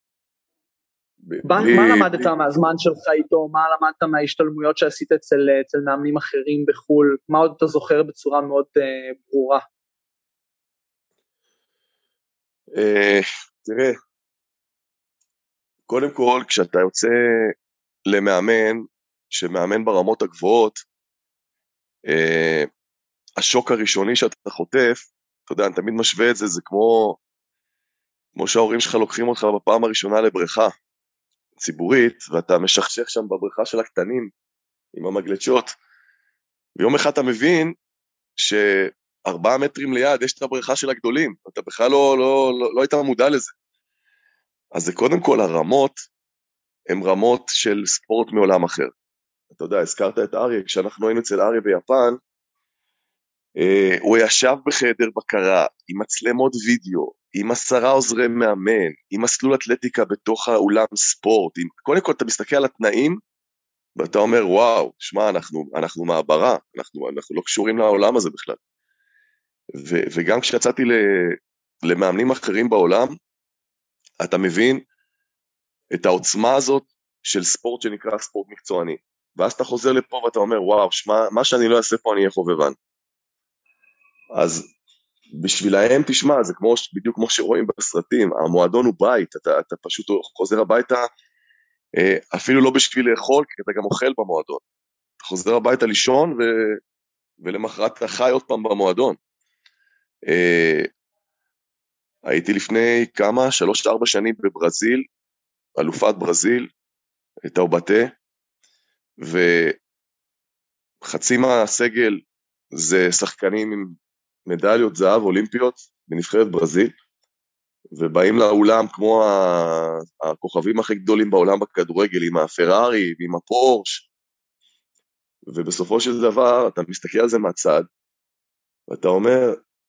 מה למדת מהזמן שלך איתו? מה למדת מההשתלמויות שעשית אצל מאמנים אחרים בחול? מה עוד אתה זוכר בצורה מאוד ברורה? תראה, קודם כל כשאתה יוצא למאמן שמאמן ברמות הגבוהות, השוק הראשוני שאתה חוטף, אתה יודע, אני תמיד משווה את זה, זה כמו שההורים שלך לוקחים אותך בפעם הראשונה לבריכה ציבורית, ואתה משכשך שם בבריכה של הקטנים, עם המגלצ'ות, ויום אחד אתה מבין ש4 מטרים ליד יש את הבריכה של הגדולים, אתה בכלל לא היית מודע לזה. אז זה קודם כל הרמות, הן רמות של ספורט מעולם אחר. אתה יודע, הזכרת את אריה, כשאנחנו היינו אצל אריה ביפן, הוא ישב בחדר בקרה, עם מצלמות וידאו, עם 10 עוזרי מאמן, עם מסלול אתלטיקה בתוך האולם ספורט, קודם כל אתה מסתכל על התנאים, ואתה אומר, וואו, שמע, אנחנו מעברה, אנחנו לא קשורים לעולם הזה בכלל. וגם כשיצאתי למאמנים אחרים בעולם, אתה מבין את העוצמה הזאת של ספורט שנקרא ספורט מקצועני. ואז אתה חוזר לפה ואתה אומר, וואו, שמה, מה שאני לא אעשה פה אני אהיה חובבן. אז בשבילהם תשמע, זה בדיוק כמו שרואים בסרטים, המועדון הוא בית, אתה פשוט חוזר הביתה, אפילו לא בשביל לאכול, כי אתה גם אוכל במועדון. אתה חוזר הביתה לישון, ולמחרת אתה חי עוד פעם במועדון. הייתי לפני 3-4 שנים בברזיל, אלופת ברזיל, טאובטה, וחצי מהסגל זה שחקנים עם מדליות זהב אולימפיות בנבחרת ברזיל, ובאים לאולם כמו הכוכבים הכי גדולים בעולם בכדורגל, עם הפרארי ועם הפורש, ובסופו של דבר אתה מסתכל על זה מהצד, ואתה אומר,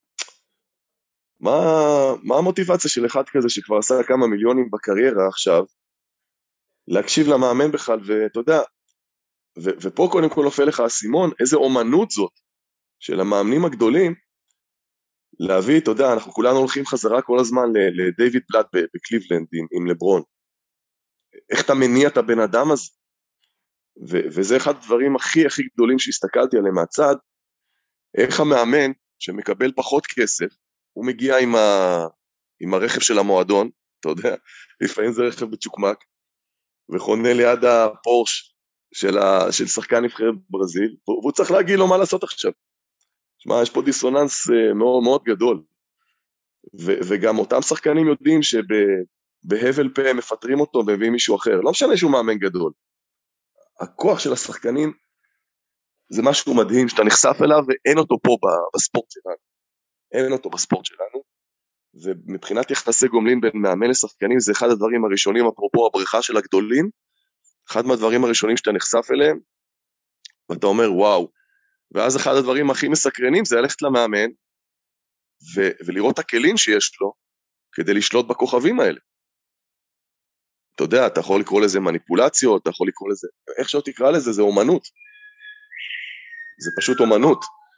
מה המוטיבציה של אחד כזה שכבר עשה כמה מיליונים בקריירה עכשיו, להקשיב למאמן בכלל, ואתה יודע, ופה קודם כל נופל לך הסימון, איזה אומנות זאת, של המאמנים הגדולים, להביא, אתה יודע, אנחנו כולנו הולכים חזרה כל הזמן לדיוויד בלאט בקליבלנד עם לברון. איך אתה מניע את הבן אדם הזה? וזה אחד הדברים הכי גדולים שהסתכלתי עליהם מהצד, איך המאמן שמקבל פחות כסף, הוא מגיע עם הרכב של המועדון, אתה יודע, לפעמים זה רכב בצ'וקמק, וחונה ליד הפורש של שחקן נבחרת ברזיל, והוא צריך להגיד לו מה לעשות עכשיו. שמע, יש פה דיסוננס מאוד מאוד גדול, וגם אותם שחקנים יודעים שבהבל פה מפטרים אותו ומביאים מישהו אחר, לא משנה שהוא מאמן גדול. הכוח של השחקנים זה משהו מדהים שאתה נחשף אליו ואין אותו פה בספורט שלנו. אין אותו בספורט שלנו, ומבחינת יחסי גומלין בין מאמן לשחקנים זה אחד הדברים הראשונים, אפרופו הבריכה של הגדולים, אחד מהדברים הראשונים שאתה נחשף אליהם, ואתה אומר וואו, ואז אחד הדברים הכי מסקרנים זה ללכת למאמן, ולראות את הכלים שיש לו, כדי לשלוט בכוכבים האלה. אתה יודע, אתה יכול לקרוא לזה מניפולציות, אתה יכול לקרוא לזה, איך שלא תקרא לזה, זה אומנות. זה פשוט אומנות.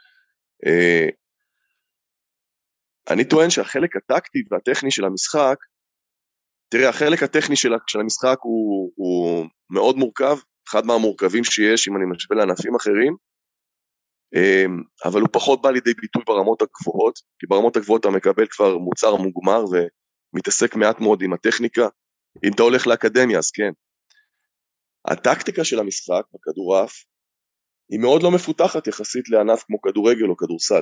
אני טוען שהחלק הטקטי והטכני של המשחק, תראה, החלק הטכני של המשחק הוא מאוד מורכב, אחד מהמורכבים שיש, אם אני משווה לענפים אחרים, אבל הוא פחות בא לידי ביטוי ברמות הגבוהות, כי ברמות הגבוהות אתה מקבל כבר מוצר מוגמר, ומתעסק מעט מאוד עם הטכניקה, אם אתה הולך לאקדמיה, אז כן. הטקטיקה של המשחק, בכדורעף, היא מאוד לא מפותחת יחסית לענף כמו כדורגל או כדורסל.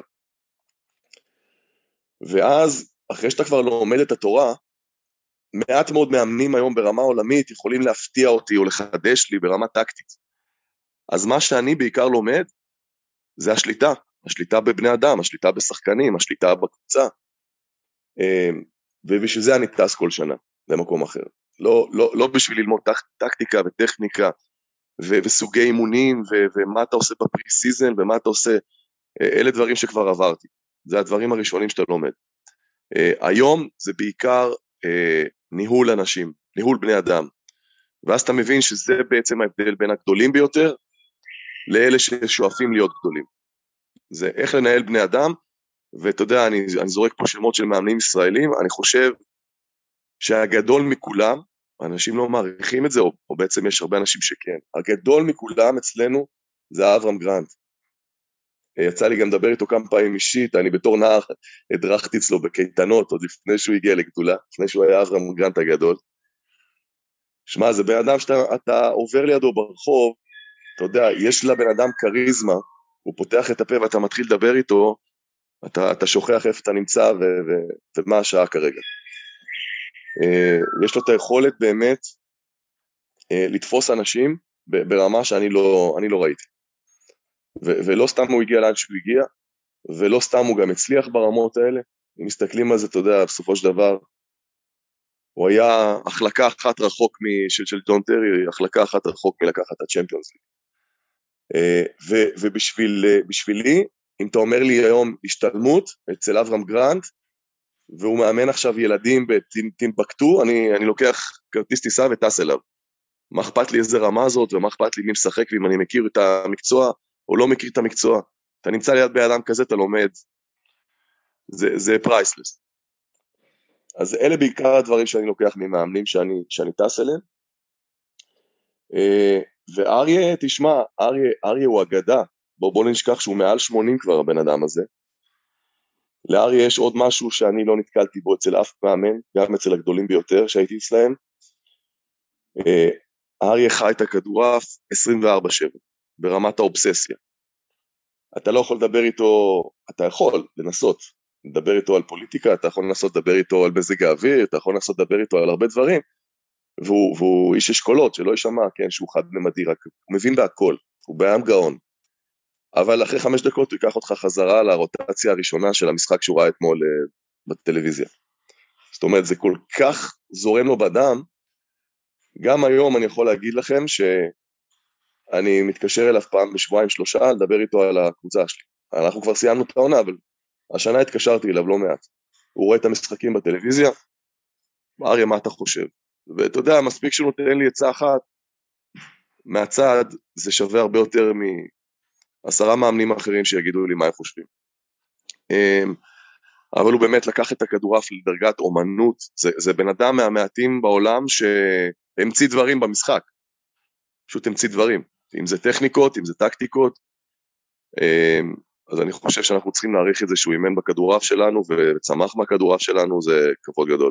ואז, אחרי שאתה כבר לומד את התורה, מעט מאוד מאמנים היום ברמה עולמית יכולים להפתיע אותי או לחדש לי ברמה טקטית. אז מה שאני בעיקר לומד, זה השליטה בבני אדם, השליטה בשחקנים, השליטה בקבוצה. ובשביל זה אני טס כל שנה למקום אחר. לא בשביל ללמוד טקטיקה וטכניקה, וסוגי אימונים, ומה אתה עושה בפרי סיזן, ומה אתה עושה, אלה דברים שכבר עברתי. זה הדברים הראשונים שאתה לומד. היום זה בעיקר ניהול אנשים, ניהול בני אדם. ואז אתה מבין שזה בעצם ההבדל בין הגדולים ביותר, לאלה ששואפים להיות גדולים. זה איך לנהל בני אדם, ואתה יודע, אני זורק פה שמות של מאמנים ישראלים, אני חושב שהגדול מכולם, אנשים לא מעריכים את זה, או בעצם יש הרבה אנשים שכן, הגדול מכולם אצלנו זה אברהם גרנט. יצא לי גם לדבר איתו כמה פעמים אישית, אני בתור נער הדרכתי אצלו בקייטנות, עוד לפני שהוא הגיע לגדולה, לפני שהוא היה אברהם גרנט הגדול. שמע, זה בן אדם שאתה עובר לידו ברחוב, אתה יודע, יש לבן אדם קריזמה, הוא פותח את הפה ואתה מתחיל לדבר איתו, אתה שוכח איפה אתה נמצא ומה השעה כרגע. יש לו את היכולת באמת לתפוס אנשים ברמה שאני לא ראיתי. ולא סתם הוא הגיע לאן שהוא הגיע, ולא סתם הוא גם הצליח ברמות האלה. אם מסתכלים על זה, אתה יודע, בסופו של דבר, הוא היה החלקה אחת רחוק של ג'ון טרי, החלקה אחת רחוק מלקחת את הצ'מפיונס ליג. ובשבילי, אם אתה אומר לי היום השתלמות אצל אברהם גרנט, והוא מאמן עכשיו ילדים בטימבקטו, אני לוקח כרטיס טיסה וטס אליו. מה אכפת לי איזה רמה הזאת, ומה אכפת לי מי משחק, ואם אני מכיר את המקצוע, או לא מכיר את המקצוע. אתה נמצא ליד באדם כזה, אתה לומד. זה פרייסלס. אז אלה בעיקר הדברים שאני לוקח ממאמנים שאני טס אליהם. ואריה, תשמע, אריה הוא אגדה. בוא נשכח שהוא מעל 80 כבר, הבן אדם הזה. לאריה יש עוד משהו שאני לא נתקלתי בו אצל אף מאמן, גם אצל הגדולים ביותר שהייתי אצלהם. אריה חי את הכדורעף 24/7, ברמת האובססיה. אתה לא יכול לדבר איתו, אתה יכול לנסות לדבר איתו על פוליטיקה, אתה יכול לנסות לדבר איתו על מזג האוויר, אתה יכול לנסות לדבר איתו על הרבה דברים, והוא איש אשכולות, שלא ישמע, כן, שהוא חד ממדי, רק הוא מבין בהכל, הוא בעם גאון. אבל אחרי 5 דקות הוא ייקח אותך חזרה לרוטציה הראשונה של המשחק שהוא ראה אתמול בטלוויזיה. זאת אומרת, זה כל כך זורם לו בדם, גם היום אני יכול להגיד לכם שאני מתקשר אליו פעם בשבועיים 3, לדבר איתו על הקבוצה שלי. אנחנו כבר סיימנו את העונה, אבל השנה התקשרתי אליו לא מעט. הוא רואה את המשחקים בטלוויזיה, אריה, מה אתה חושב? ואתה יודע, מספיק שהוא נותן לי עצה אחת, מהצד זה שווה הרבה יותר 10 מאמנים אחרים שיגידו לי מה הם חושבים. אבל הוא באמת לקח את הכדורעף לדרגת אומנות, זה בן אדם מהמעטים בעולם שהמציא דברים במשחק, פשוט המציא דברים, אם זה טכניקות, אם זה טקטיקות, אז אני חושב שאנחנו צריכים להעריך את זה שהוא אימן בכדורעף שלנו, וצמח מהכדורעף שלנו, זה כבוד גדול.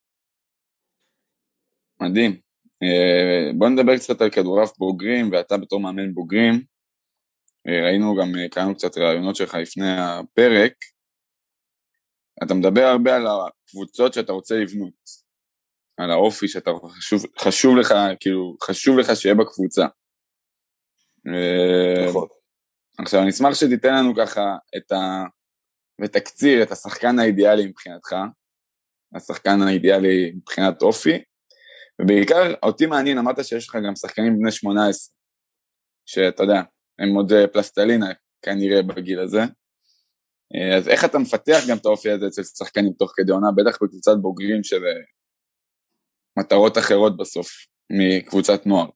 מדהים. בוא נדבר קצת על כדורעף בוגרים, ואתה בתור מאמן בוגרים, ראינו גם, קראנו קצת רעיונות שלך לפני הפרק, אתה מדבר הרבה על הקבוצות שאתה רוצה לבנות, על האופי שאתה חשוב לך, כאילו, חשוב לך שיהיה בקבוצה. נכון. עכשיו, אני אשמח שתיתן לנו ככה ותקציר את השחקן האידיאלי מבחינתך, השחקן האידיאלי מבחינת אופי, ובעיקר, אותי מעניין, אמרת שיש לך גם שחקנים בני 18, שאתה יודע, הם עוד פלסטלינה כנראה בגיל הזה, אז איך אתה מפתח גם את האופי הזה אצל שחקנים תוך כדי עונה, בטח בקבוצת בוגרים של מטרות אחרות בסוף, מקבוצת נוער?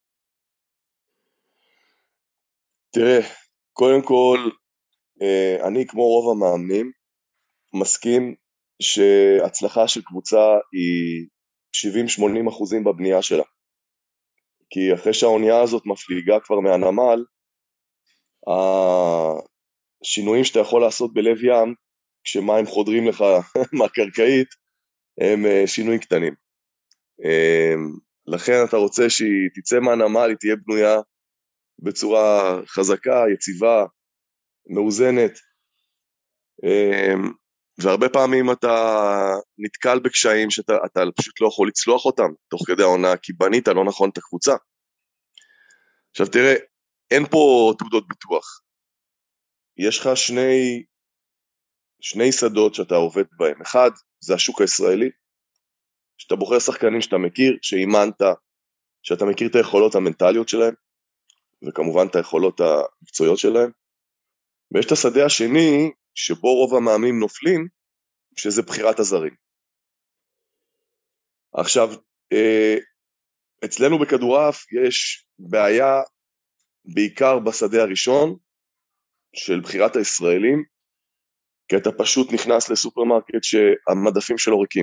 תראה, קודם כל, אני כמו רוב המאמנים, מסכים שהצלחה של קבוצה היא 70-80% בבנייה שלה. כי אחרי שהאונייה הזאת מפליגה כבר מהנמל, השינויים שאתה יכול לעשות בלב ים, כשמים חודרים לך מהקרקעית, הם שינויים קטנים. לכן אתה רוצה שהיא תצא מהנמל, היא תהיה בנויה בצורה חזקה, יציבה, מאוזנת, והרבה פעמים אתה נתקל בקשיים שאתה פשוט לא יכול לצלוח אותם תוך כדי העונה, כי בנית לא נכון את הקבוצה. עכשיו תראה, אין פה תעודות ביטוח. יש לך שני שדות שאתה עובד בהם. אחד, זה השוק הישראלי, שאתה בוחר שחקנים שאתה מכיר, שאימנת, שאתה מכיר את היכולות המנטליות שלהם, וכמובן את היכולות המקצועיות שלהם. ויש את השדה השני, שבו רוב המאמנים נופלים, שזה בחירת הזרים. עכשיו, אצלנו בכדורעף יש בעיה בעיקר בשדה הראשון של בחירת הישראלים, כי אתה פשוט נכנס לסופרמרקט שהמדפים שלו ריקים.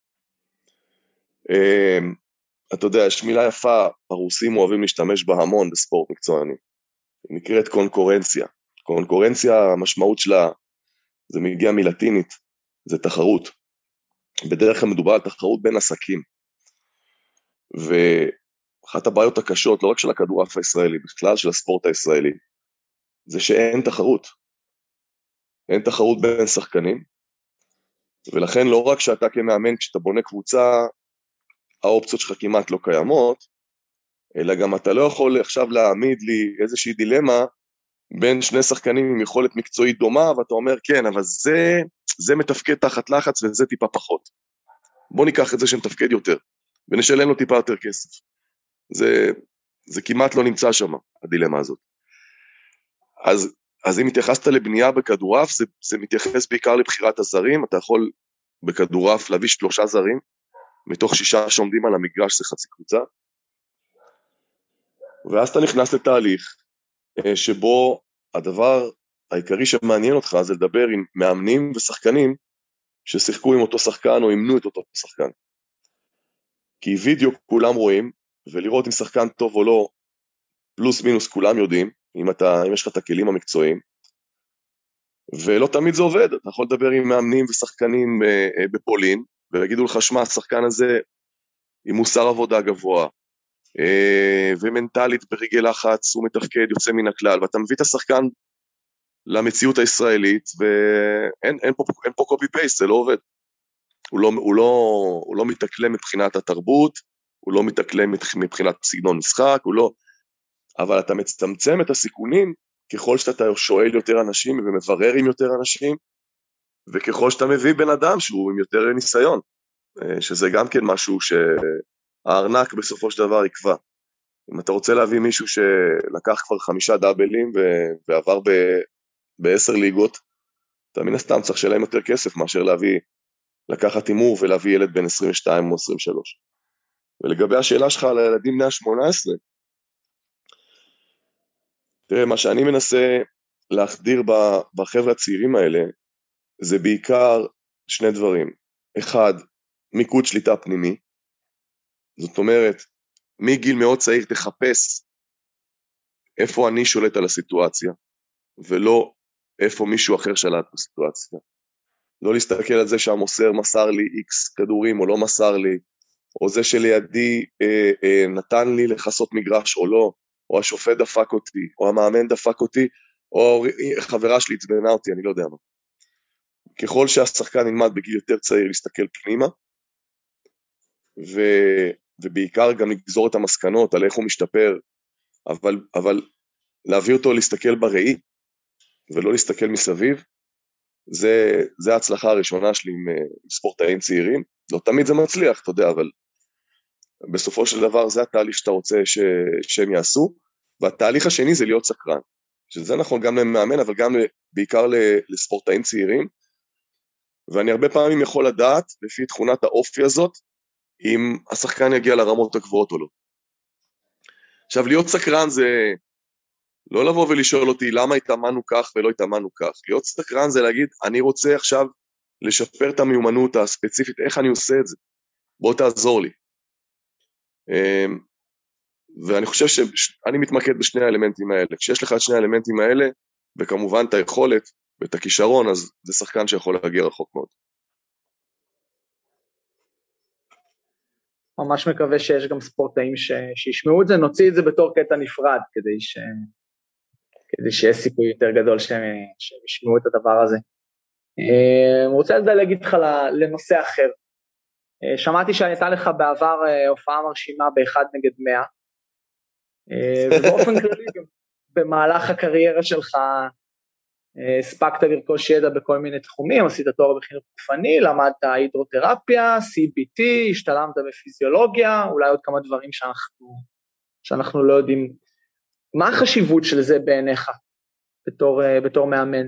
אתה יודע, יש מילה יפה, הרוסים אוהבים להשתמש בה המון בספורט מקצועני. היא נקראת קונקורנציה. קונקורנציה, המשמעות שלה, זה מגיע מלטינית, זה תחרות. בדרך כלל מדובר על תחרות בין עסקים. ואחת הבעיות הקשות, לא רק של הכדורעף הישראלי, בכלל של הספורט הישראלי, זה שאין תחרות. אין תחרות בין שחקנים, ולכן לא רק שאתה כמאמן, כשאתה בונה קבוצה, האופציות שלך כמעט לא קיימות, אלא גם אתה לא יכול עכשיו להעמיד לי איזושהי דילמה, בין שני שחקנים עם יכולת מקצועית דומה, ואתה אומר, כן, אבל זה מתפקד תחת לחץ, וזה טיפה פחות. בוא ניקח את זה שמתפקד יותר, ונשלם לו טיפה יותר כסף. זה כמעט לא נמצא שם, הדילמה הזאת. אז אם התייחסת לבנייה בכדורעף, זה מתייחס בעיקר לבחירת הזרים, אתה יכול בכדורעף להביא 3 זרים, מתוך 6 שעומדים על המגרש, זה חצי קבוצה, ואז אתה נכנס לתהליך, שבו הדבר העיקרי שמעניין אותך, זה לדבר עם מאמנים ושחקנים, ששיחקו עם אותו שחקן, או אימנו את אותו שחקן. כי וידאו כולם רואים, ולראות אם שחקן טוב או לא, פלוס מינוס כולם יודעים, אם יש לך את הכלים המקצועיים, ולא תמיד זה עובד, אתה יכול לדבר עם מאמנים ושחקנים בפולין, ויגידו לך, שמה, השחקן הזה עם מוסר עבודה גבוה, ומנטלית ברגל לחץ, הוא מתפקד, יוצא מן הכלל, ואתה מביא את השחקן למציאות הישראלית, ואין פה קופי פייסט, זה לא עובד. הוא לא מתקלם מבחינת התרבות, הוא לא מתקלם מבחינת סגנון משחק, אבל אתה מצמצם את הסיכונים, ככל שאתה שואל יותר אנשים, ומברר עם יותר אנשים, וככל שאתה מביא בן אדם שהוא עם יותר ניסיון, שזה גם כן משהו שהארנק בסופו של דבר יקבע. אם אתה רוצה להביא מישהו שלקח כבר 5 דאבלים, ועבר ב10 ליגות, אתה מן הסתם צריך שלהם יותר כסף, מאשר לקחת אימור ולהביא ילד בן 22 או 23. ולגבי השאלה שלך על הילדים בני ה-18, תראה, מה שאני מנסה להחדיר בחבר'ה הצעירים האלה, זה בעיקר שני דברים. אחד, מיקוד שליטה פנימי. זאת אומרת, מגיל מאוד צעיר תחפש איפה אני שולט על הסיטואציה, ולא איפה מישהו אחר שלט בסיטואציה. לא להסתכל על זה שהמוסר מסר לי X כדורים או לא מסר לי, או זה שלידי נתן לי לחסות מגרש או לא, או השופט דפק אותי, או המאמן דפק אותי, או חברה שלי הצבנה אותי, אני לא יודע מה. ככל שהשחקן נלמד בגיל יותר צעיר להסתכל פנימה, ובעיקר גם לגזור את המסקנות על איך הוא משתפר, אבל להביא אותו להסתכל בראי, ולא להסתכל מסביב, זה ההצלחה הראשונה שלי עם ספורטאים צעירים. לא תמיד זה מצליח, אתה יודע, אבל בסופו של דבר זה התהליך שאתה רוצה שהם יעשו, והתהליך השני זה להיות סקרן, שזה נכון גם למאמן, אבל גם בעיקר לספורטאים צעירים, ואני הרבה פעמים יכול לדעת, לפי תכונת האופי הזאת, אם השחקן יגיע לרמות הגבוהות או לא. עכשיו, להיות סקרן זה לא לבוא ולשאול אותי למה התאמנו כך ולא התאמנו כך. להיות סקרן זה להגיד, אני רוצה עכשיו לשפר את המיומנות הספציפית, איך אני עושה את זה? בוא תעזור לי. ואני חושב שאני מתמקד בשני האלמנטים האלה. כשיש לך את שני האלמנטים האלה, וכמובן את היכולת ואת הכישרון, אז זה שחקן שיכול להגיע רחוק מאוד. ממש מקווה שיש גם ספורטאים שישמעו את זה, נוציא את זה בתור קטע נפרד, כדי שיהיה סיכוי יותר גדול שהם ישמעו את הדבר הזה. אני רוצה להגיד לך לנושא אחר. שמעתי שהייתה לך בעבר הופעה מרשימה באחד נגד 100, ובאופן כללי גם במהלך הקריירה שלך הספקת לרכוש ידע בכל מיני תחומים, עשית תואר בחינוך גופני, למדת הידרותרפיה, CBT, השתלמת בפיזיולוגיה, אולי עוד כמה דברים שאנחנו לא יודעים. מה החשיבות של זה בעיניך בתור מאמן?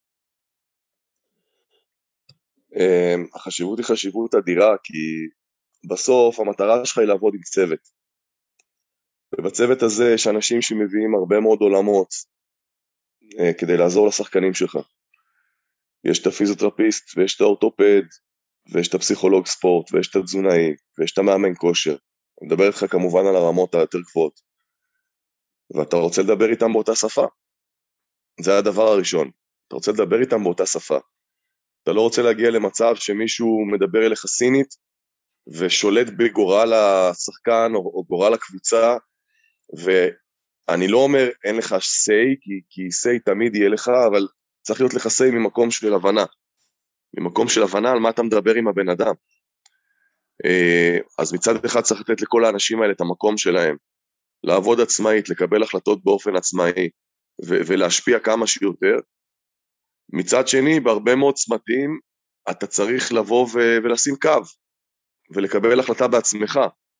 החשיבות היא חשיבות אדירה, כי בסוף המטרה שלך היא לעבוד עם צוות. ובצוות הזה יש אנשים שמביאים הרבה מאוד עולמות כדי לעזור לשחקנים שלך. יש את הפיזיותרפיסט, ויש את האורתופד, ויש את הפסיכולוג ספורט, ויש את התזונאי, ויש את המאמן כושר. אני מדבר איתך כמובן על הרמות היותר גבוהות. ואתה רוצה לדבר איתם באותה שפה. זה הדבר הראשון. אתה רוצה לדבר איתם באותה שפה. אתה לא רוצה להגיע למצב שמישהו מדבר אליך סינית, ושולט בגורל השחקן או גורל הקבוצה, ואני לא אומר אין לך say, כי say תמיד יהיה לך, אבל צריך להיות לך say ממקום של הבנה. ממקום של הבנה על מה אתה מדבר עם הבן אדם. אז מצד אחד צריך לתת לכל האנשים האלה את המקום שלהם. לעבוד עצמאית, לקבל החלטות באופן עצמאי, ולהשפיע כמה שיותר. מצד שני, בהרבה מאוד צמתים, אתה צריך לבוא ולשים קו, ולקבל החלטה בעצמך.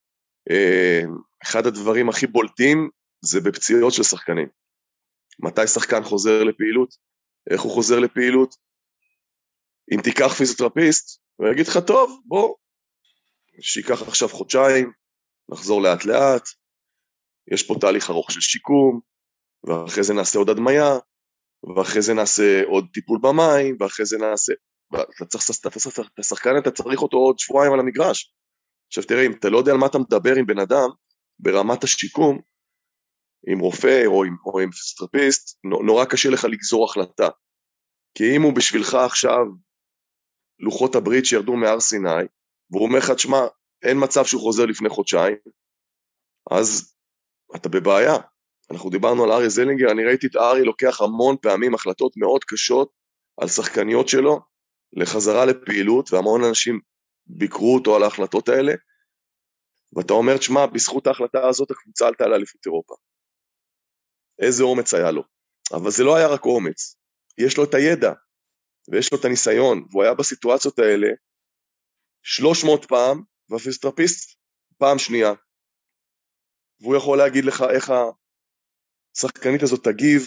אחד הדברים הכי בולטים, זה בפציעות של שחקנים. מתי שחקן חוזר לפעילות? איך הוא חוזר לפעילות? אם תיקח פיזיותרפיסט, הוא יגיד לך, טוב, בוא, שיקח עכשיו חודשיים, נחזור לאט לאט, יש פה תהליך ארוך של שיקום, ואחרי זה נעשה עוד הדמיה, ואחרי זה נעשה עוד טיפול במים, ואחרי זה נעשה, את השחקן אתה צריך אותו עוד שבועיים על המגרש. עכשיו תראה, אם אתה לא יודע על מה אתה מדבר עם בן אדם, ברמת השיקום, עם רופא או עם פיזיותרפיסט, נורא קשה לך לגזור החלטה. כי אם הוא בשבילך עכשיו, לוחות הברית שירדו מהר סיני, והוא אומר לך, תשמע, אין מצב שהוא חוזר לפני חודשיים, אז אתה בבעיה. אנחנו דיברנו על ארי זלינגר, אני ראיתי את ארי לוקח המון פעמים החלטות מאוד קשות על שחקניות שלו, לחזרה לפעילות, והמון אנשים ביקרו אותו על ההחלטות האלה, ואתה אומר, תשמע, בזכות ההחלטה הזאת הקבוצה עלתה לאליפות אירופה. איזה אומץ היה לו. אבל זה לא היה רק אומץ. יש לו את הידע, ויש לו את הניסיון, והוא היה בסיטואציות האלה 300 פעם, והפיזיותרפיסט פעם שנייה. והוא יכול להגיד לך איך השחקנית הזאת תגיב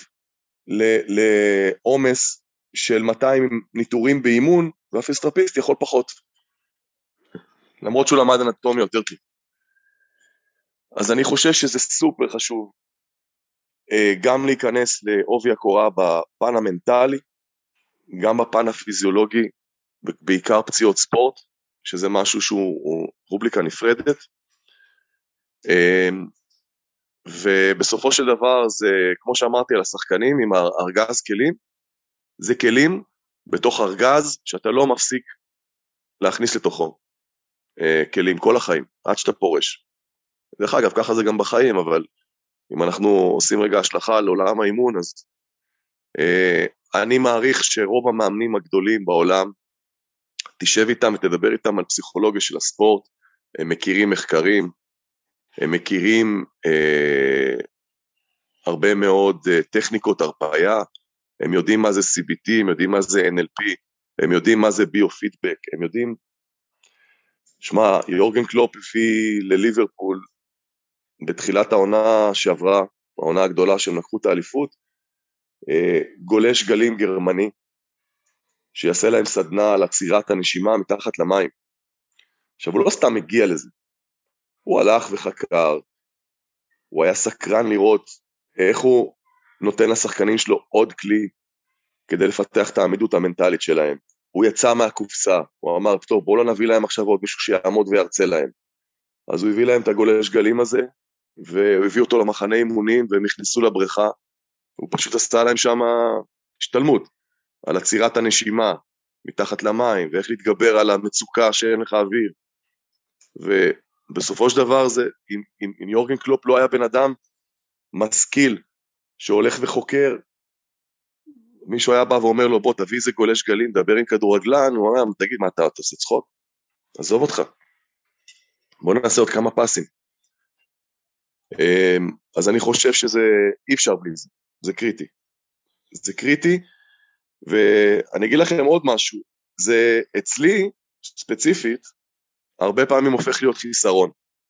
לעומס של 200 ניטורים באימון, והפיזיותרפיסט יכול פחות. למרות שהוא למד אנטומיה יותר טוב. אז אני חושב שזה סופר חשוב גם להיכנס לעובי הקורה בפן המנטלי, גם בפן הפיזיולוגי, בעיקר פציעות ספורט, שזה משהו שהוא רובליקה נפרדת, ובסופו של דבר זה, כמו שאמרתי על השחקנים עם ארגז כלים, זה כלים בתוך ארגז שאתה לא מפסיק להכניס לתוכו כלים כל החיים, עד שאתה פורש. דרך אגב, ככה זה גם בחיים, אבל אם אנחנו עושים רגע השלכה לעולם האימון, אז אני מעריך שרוב המאמנים הגדולים בעולם, תשב איתם ותדבר איתם על פסיכולוגיה של הספורט, הם מכירים מחקרים, הם מכירים הרבה מאוד טכניקות הרפאיה, הם יודעים מה זה CBT, הם יודעים מה זה NLP, הם יודעים מה זה ביו-פידבק, הם יודעים, שמע, יורגן קלופ הביא לליברפול, בתחילת העונה שעברה, העונה הגדולה שהם לקחו את האליפות, גולש גלים גרמני, שיעשה להם סדנה על עצירת הנשימה מתחת למים. עכשיו, הוא לא סתם הגיע לזה, הוא הלך וחקר, הוא היה סקרן לראות איך הוא נותן לשחקנים שלו עוד כלי, כדי לפתח את העמידות המנטלית שלהם. הוא יצא מהקופסה, הוא אמר, טוב, בואו לא נביא להם עכשיו עוד מישהו שיעמוד וירצה להם. אז הוא הביא להם את הגולש גלים הזה, והוא הביא אותו למחנה אימונים, והם נכנסו לבריכה, הוא פשוט עשתה להם שם השתלמות, על עצירת הנשימה, מתחת למים, ואיך להתגבר על המצוקה שאין לך אוויר. ובסופו של דבר זה, אם יורגן קלופ לא היה בן אדם משכיל, שהולך וחוקר, מישהו היה בא ואומר לו, בוא תביא איזה גולש גלים, דבר עם כדורגלן, הוא אומר, תגיד מה אתה עושה צחוק? עזוב אותך, בוא נעשה עוד כמה פסים. אז אני חושב שזה אי אפשר בלי זה, זה קריטי. זה קריטי, ואני אגיד לכם עוד משהו, זה אצלי, ספציפית, הרבה פעמים הופך להיות חיסרון.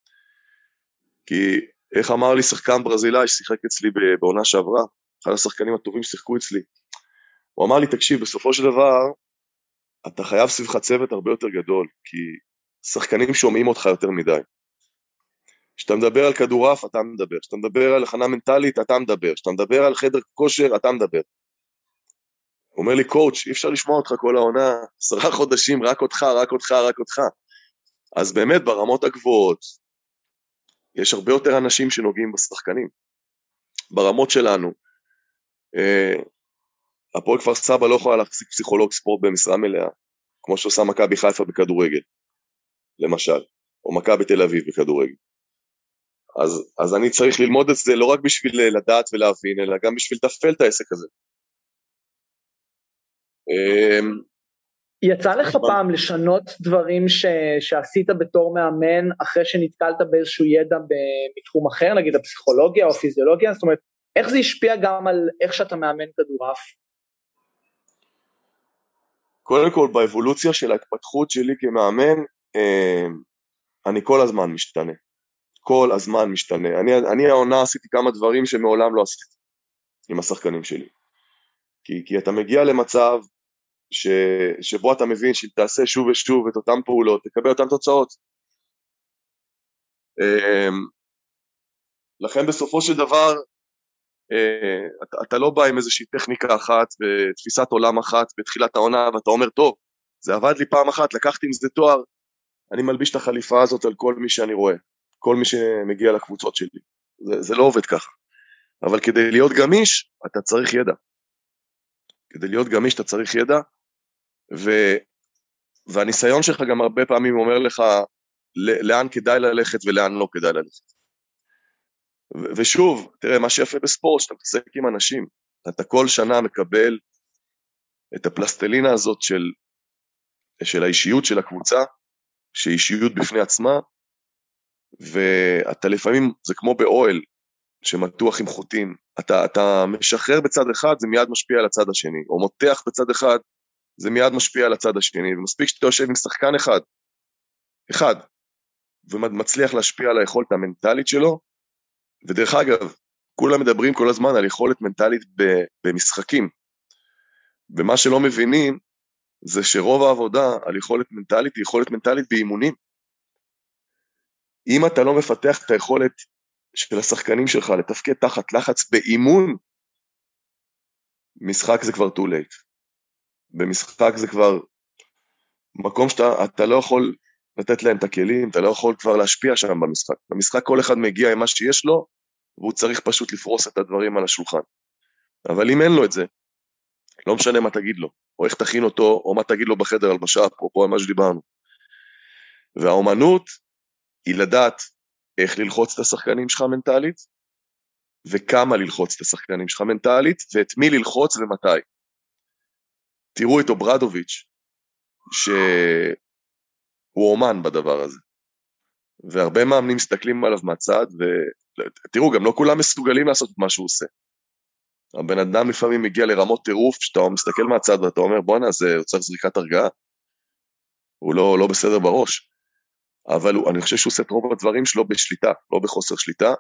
כי איך אמר לי שחקן ברזילאי ששיחק אצלי בעונה שעברה, אחד השחקנים הטובים ששיחקו אצלי, הוא אמר לי, תקשיב, בסופו של דבר, אתה חייב סביבך צוות הרבה יותר גדול, כי שחקנים שומעים אותך יותר מדי. כשאתה מדבר על כדורעף, אתה מדבר. כשאתה מדבר על הכנה מנטלית, אתה מדבר. כשאתה מדבר על חדר כושר, אתה מדבר. הוא אומר לי, קואוץ', אי אפשר לשמוע אותך כל העונה, 10 חודשים, רק אותך, רק אותך, רק אותך. אז באמת, ברמות הגבוהות, יש הרבה יותר אנשים שנוגעים בשחקנים. ברמות שלנו, הפועל כפר סבא לא יכולה להחזיק פסיכולוג ספורט במשרה מלאה, כמו שעושה מכבי חיפה בכדורגל, למשל, או מכבי תל אביב בכדורגל. אז אני צריך ללמוד את זה לא רק בשביל לדעת ולהבין, אלא גם בשביל לתפעל את העסק הזה. יצא לך פעם לשנות דברים שעשית בתור מאמן, אחרי שנתקלת באיזשהו ידע מתחום אחר, נגיד הפסיכולוגיה או הפיזיולוגיה, זאת אומרת, איך זה השפיע גם על איך שאתה מאמן כדורעף? קודם כל, באבולוציה של ההתפתחות שלי כמאמן, אני כל הזמן משתנה. כל הזמן משתנה. אני העונה עשיתי כמה דברים שמעולם לא עשיתי עם השחקנים שלי. כי אתה מגיע למצב שבו אתה מבין שאם תעשה שוב ושוב את אותם פעולות, תקבל אותם תוצאות. לכן בסופו של דבר, אתה לא בא עם איזושהי טכניקה אחת ותפיסת עולם אחת בתחילת העונה, ואתה אומר, טוב, זה עבד לי פעם אחת, לקחתי עם זה תואר, אני מלביש את החליפה הזאת על כל מי שאני רואה, כל מי שמגיע לקבוצות שלי. זה לא עובד ככה. אבל כדי להיות גמיש, אתה צריך ידע. כדי להיות גמיש, אתה צריך ידע, והניסיון שלך גם הרבה פעמים אומר לך, לאן כדאי ללכת ולאן לא כדאי ללכת. ושוב, תראה, מה שיפה בספורט, שאתה מתעסק עם אנשים, אתה כל שנה מקבל את הפלסטלינה הזאת של האישיות של הקבוצה, שהיא אישיות בפני עצמה, ואתה לפעמים, זה כמו באוהל, שמתוח עם חוטים, אתה משחרר בצד אחד, זה מיד משפיע על הצד השני, או מותח בצד אחד, זה מיד משפיע על הצד השני, ומספיק שאתה יושב עם שחקן אחד, ומצליח להשפיע על היכולת המנטלית שלו, ודרך אגב, כולם מדברים כל הזמן על יכולת מנטלית במשחקים, ומה שלא מבינים, זה שרוב העבודה על יכולת מנטלית, היא יכולת מנטלית באימונים. אם אתה לא מפתח את היכולת של השחקנים שלך לתפקד תחת לחץ באימון, משחק זה כבר too late. במשחק זה כבר מקום שאתה לא יכול לתת להם את הכלים, אתה לא יכול כבר להשפיע שם במשחק. במשחק כל אחד מגיע עם מה שיש לו, והוא צריך פשוט לפרוס את הדברים על השולחן. אבל אם אין לו את זה, לא משנה מה תגיד לו, או איך תכין אותו, או מה תגיד לו בחדר הלבשה, אפרופו מה שדיברנו. והאומנות היא לדעת איך ללחוץ את השחקנים שלך מנטלית, וכמה ללחוץ את השחקנים שלך מנטלית, ואת מי ללחוץ ומתי. תראו את אוברדוביץ', שהוא אומן בדבר הזה. והרבה מאמנים מסתכלים עליו מהצד, ותראו, גם לא כולם מסוגלים לעשות את מה שהוא עושה. הבן אדם לפעמים מגיע לרמות טירוף, שאתה מסתכל מהצד ואתה אומר, בוא'נה, זה צריך זריקת הרגעה, הוא לא בסדר בראש. אבל אני חושב שהוא עושה את רוב הדברים שלו בשליטה, לא בחוסר שליטה,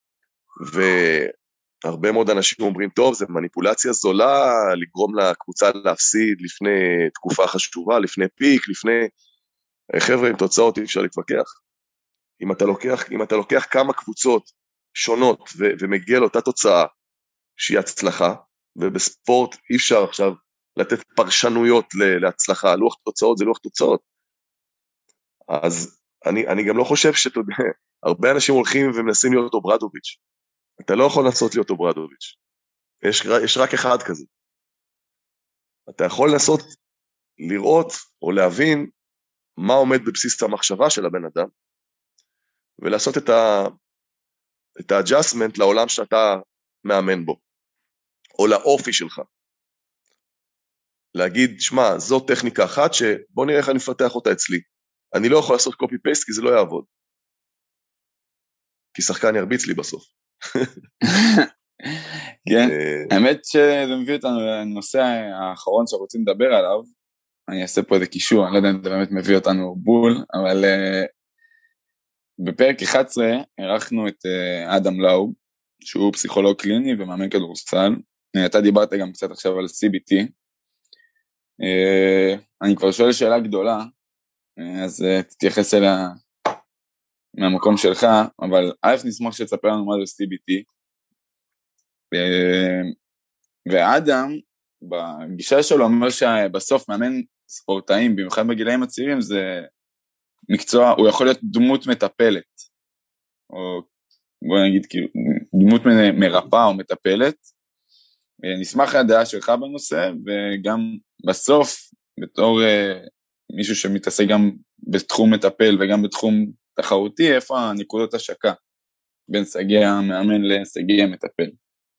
והרבה מאוד אנשים אומרים, טוב, זה מניפולציה זולה, לגרום לקבוצה להפסיד לפני תקופה חשובה, לפני פיק, לפני... חבר'ה, עם תוצאות אי אפשר להתווכח. אם אתה לוקח כמה קבוצות שונות ומגיע לאותה תוצאה שהיא הצלחה, ובספורט אי אפשר עכשיו לתת פרשנויות להצלחה, לוח תוצאות זה לוח תוצאות. אז אני גם לא חושב שאתה יודע, הרבה אנשים הולכים ומנסים להיות אוברדוביץ'. אתה לא יכול לנסות להיות אוברדוביץ'. יש רק אחד כזה. אתה יכול לנסות לראות או להבין מה עומד בבסיס המחשבה של הבן אדם, ולעשות את ה-adjustment לעולם שאתה מאמן בו, או לאופי שלך. להגיד, שמה, זו טכניקה אחת שבוא נראה איך אני מפתח אותה אצלי. אני לא יכול לעשות copy-paste כי זה לא יעבוד. כי שחקן ירביץ לי בסוף. כן, האמת שזה מביא אותנו לנושא האחרון שרוצים לדבר עליו, אני אעשה פה איזה קישור, אני לא יודע אם זה באמת מביא אותנו בול, אבל בפרק 11 ערכנו את אדם לאוב, שהוא פסיכולוג קליני ומאמן כדורסל, אתה דיברת גם קצת עכשיו על CBT, אני כבר שואל שאלה גדולה, אז תתייחס אליה מהמקום שלך, אבל א' נשמח שתספר לנו מה זה CBT, ואדם בגישה שלו אומר שבסוף מאמן ספורטאים, במיוחד בגילאים הצעירים, זה מקצוע, הוא יכול להיות דמות מטפלת, או בוא נגיד כאילו, דמות מרפאה או מטפלת, נשמח לדעה שלך בנושא, וגם בסוף, בתור מישהו שמתעסק גם בתחום מטפל, וגם בתחום תחרותי, איפה הנקודות השקה, בין סגי המאמן לסגי המטפל.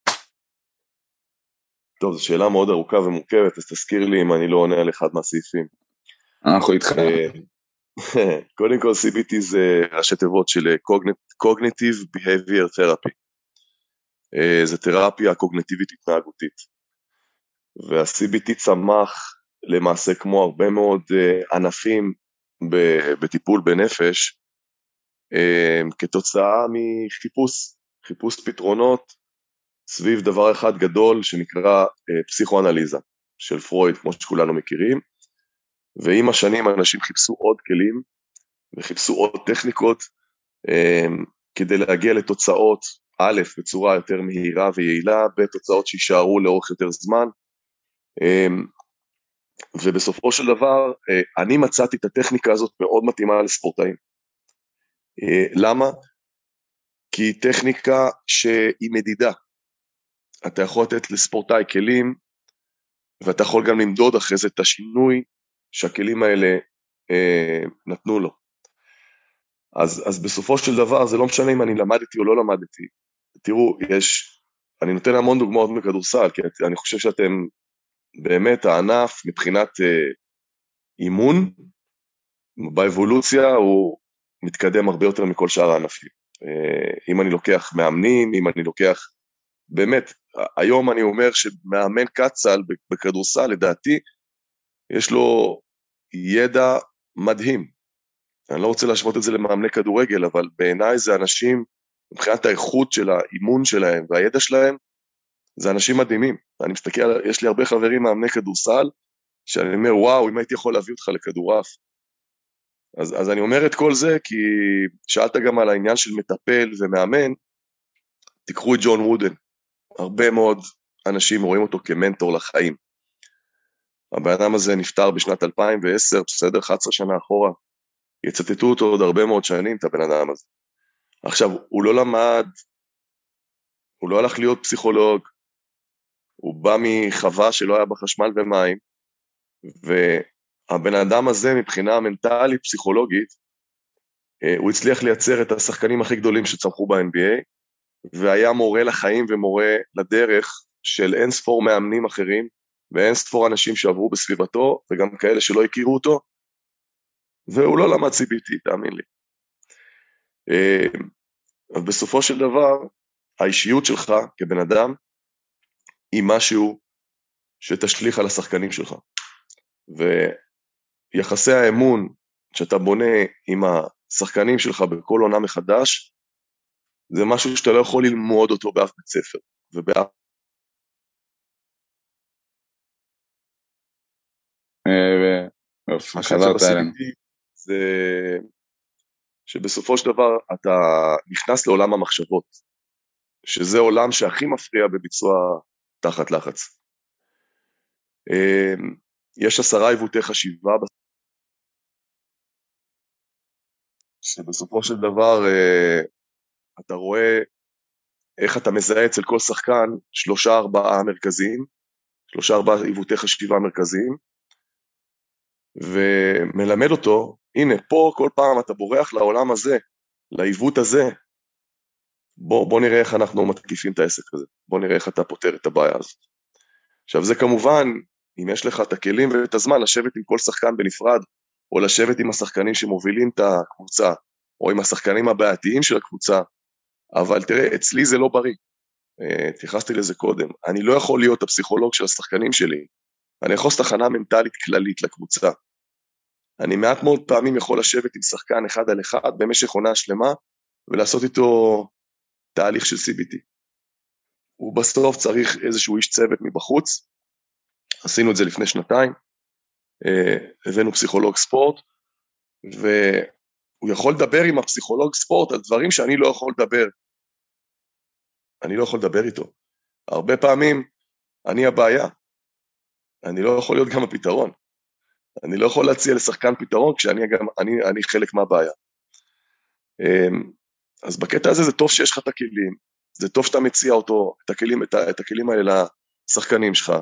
טוב, זו שאלה מאוד ארוכה ומורכבת, אז תזכיר לי אם אני לא עונה על אחד מהסעיפים. אנחנו איתך. קודם כל, CBT זה ראשי תיבות של Cognitive Behavior Therapy. זה תרפיה קוגניטיבית התנהגותית. וה-CBT צמח למעשה כמו הרבה מאוד ענפים בטיפול בנפש, כתוצאה מחיפוש פתרונות, סביב דבר אחד גדול שנקרא פסיכואנליזה של פרויד, כמו שכולנו מכירים, ועם השנים אנשים חיפשו עוד כלים, וחיפשו עוד טכניקות, כדי להגיע לתוצאות, א', בצורה יותר מהירה ויעילה, בתוצאות שישארו לאורך יותר זמן, ובסופו של דבר, אני מצאתי את הטכניקה הזאת מאוד מתאימה לספורטאים. למה? כי היא טכניקה שהיא מדידה, אתה יכול לתת לספורטאי כלים, ואתה יכול גם למדוד אחרי זה את השינוי שהכלים האלה נתנו לו. אז בסופו של דבר, זה לא משנה אם אני למדתי או לא למדתי. תראו, אני נותן המון דוגמאות מכדורסל, כי אני חושב שאתם באמת הענף מבחינת אימון, באבולוציה הוא מתקדם הרבה יותר מכל שאר הענפים. אם אני לוקח מאמנים, אם אני לוקח באמת, היום אני אומר שמאמן קצ"ל בכדורסל, לדעתי, יש לו ידע מדהים. אני לא רוצה להשוות את זה למאמני כדורגל, אבל בעיניי זה אנשים, מבחינת האיכות של האימון שלהם והידע שלהם, זה אנשים מדהימים. אני מסתכל, יש לי הרבה חברים מאמני כדורסל, שאני אומר, וואו, אם הייתי יכול להביא אותך לכדורעף. אז אני אומר את כל זה, כי שאלת גם על העניין של מטפל ומאמן, תיקחו את ג'ון וודן, הרבה מאוד אנשים רואים אותו כמנטור לחיים. הבן אדם הזה נפטר בשנת 2010, בסדר, 11 שנה אחורה, יצטטו אותו עוד הרבה מאוד שנים, את הבן אדם הזה. עכשיו, הוא לא למד, הוא לא הלך להיות פסיכולוג, הוא בא מחווה שלא היה בחשמל ומים, והבן אדם הזה מבחינה מנטלית, פסיכולוגית, הוא הצליח לייצר את השחקנים הכי גדולים שצמחו ב-NBA, והיה מורה לחיים ומורה לדרך של אין ספור מאמנים אחרים, ואין ספור אנשים שעברו בסביבתו, וגם כאלה שלא הכירו אותו, והוא לא למד CBT, תאמין לי. בסופו של דבר, האישיות שלך כבן אדם, היא משהו שתשליך על השחקנים שלך. ויחסי האמון שאתה בונה עם השחקנים שלך בכל עונה מחדש, זה משהו שאתה לא יכול ללמוד אותו באף בית ספר. מה שעברת אלינו. זה שבסופו של דבר אתה נכנס לעולם המחשבות, שזה עולם שהכי מפריע בביצוע תחת לחץ. יש 10 עיוותי חשיבה, שבסופו של דבר אתה רואה איך אתה מזהה אצל כל שחקן 3-4 מרכזיים, 3-4 עיוותי חשיבה מרכזיים, ומלמד אותו, הנה פה כל פעם אתה בורח לעולם הזה, לעיוות הזה, בוא נראה איך אנחנו מתקיפים את העסק הזה, בוא נראה איך אתה פותר את הבעיה הזאת. עכשיו זה כמובן, אם יש לך את הכלים ואת הזמן לשבת עם כל שחקן בנפרד, או לשבת עם השחקנים שמובילים את הקבוצה, או עם השחקנים הבעייתיים של הקבוצה, אבל תראה, אצלי זה לא בריא, התייחסתי לזה קודם, אני לא יכול להיות הפסיכולוג של השחקנים שלי, אני יכול לעשות תחנה מנטלית כללית לקבוצה, אני מעט מאוד פעמים יכול לשבת עם שחקן אחד על אחד, במשך עונה שלמה, ולעשות איתו תהליך של CBT. הוא בסוף צריך איזשהו איש צוות מבחוץ, עשינו את זה לפני 2 הבאנו פסיכולוג ספורט, והוא יכול לדבר עם הפסיכולוג ספורט על דברים שאני לא יכול לדבר. אני לא יכול לדבר איתו. הרבה פעמים אני הבעיה. אני לא יכול להיות גם הפתרון. אני לא יכול להציע לשחקן פתרון כשאני חלק מהבעיה. אז בקטע הזה זה טוב שיש לך את הכלים, זה טוב שאתה מציע אותו, את הכלים האלה לשחקנים שלך.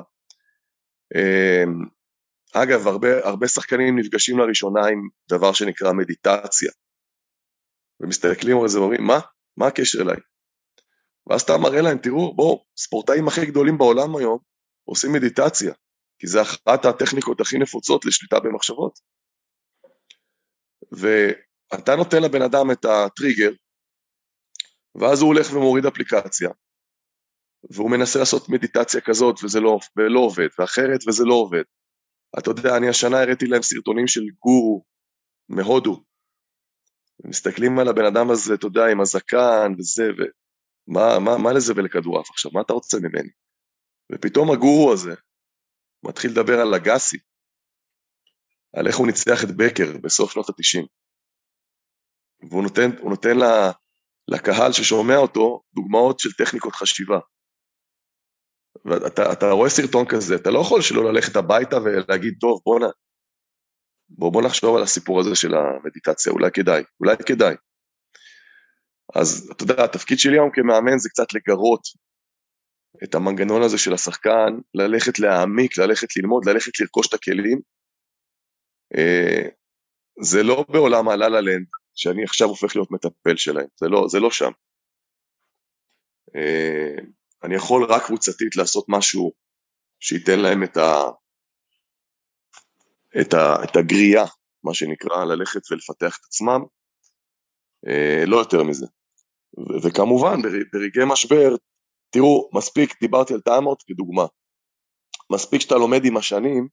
אגב, הרבה שחקנים נפגשים לראשונה עם דבר שנקרא מדיטציה, ומסתכלים על זה ואומרים, מה הקשר אליי? ואז אתה מראה להם, תראו, ספורטאים הכי גדולים בעולם היום עושים מדיטציה, כי זה אחת הטכניקות הכי נפוצות לשליטה במחשבות. ואתה נותן לבן אדם את הטריגר, ואז הוא הולך ומוריד אפליקציה, והוא מנסה לעשות מדיטציה כזאת, וזה לא עובד, ואחרת וזה לא עובד. אתה יודע, אני השנה הראיתי להם סרטונים של גורו מהודו, ומסתכלים על הבן אדם הזה, אתה יודע, עם הזקן וזה, מה לזה ולכדורעף עכשיו, מה אתה רוצה ממני? ופתאום הגורו הזה מתחיל לדבר על לגאסי, על איך הוא ניצח את בקר בסוף שנות ה-90, והוא נותן לקהל ששומע אותו דוגמאות של טכניקות חשיבה. ואתה רואה סרטון כזה, אתה לא יכול שלא ללכת הביתה ולהגיד, טוב, בוא נחשוב על הסיפור הזה של המדיטציה, אולי כדאי. אז אתה יודע, התפקיד שלי היום כמאמן זה קצת לגרות את המנגנון הזה של השחקן, ללכת להעמיק, ללכת ללמוד, ללכת לרכוש את הכלים. זה לא בעולם הללה לנד, שאני עכשיו הופך להיות מטפל שלהם, זה לא שם. אני יכול רק קבוצתית לעשות משהו שייתן להם את הגריעה, מה שנקרא, ללכת ולפתח את עצמם, לא יותר מזה. וכמובן, ברגעי משבר, תראו, מספיק, דיברתי על טיימאוט כדוגמה, מספיק שאתה לומד עם השנים,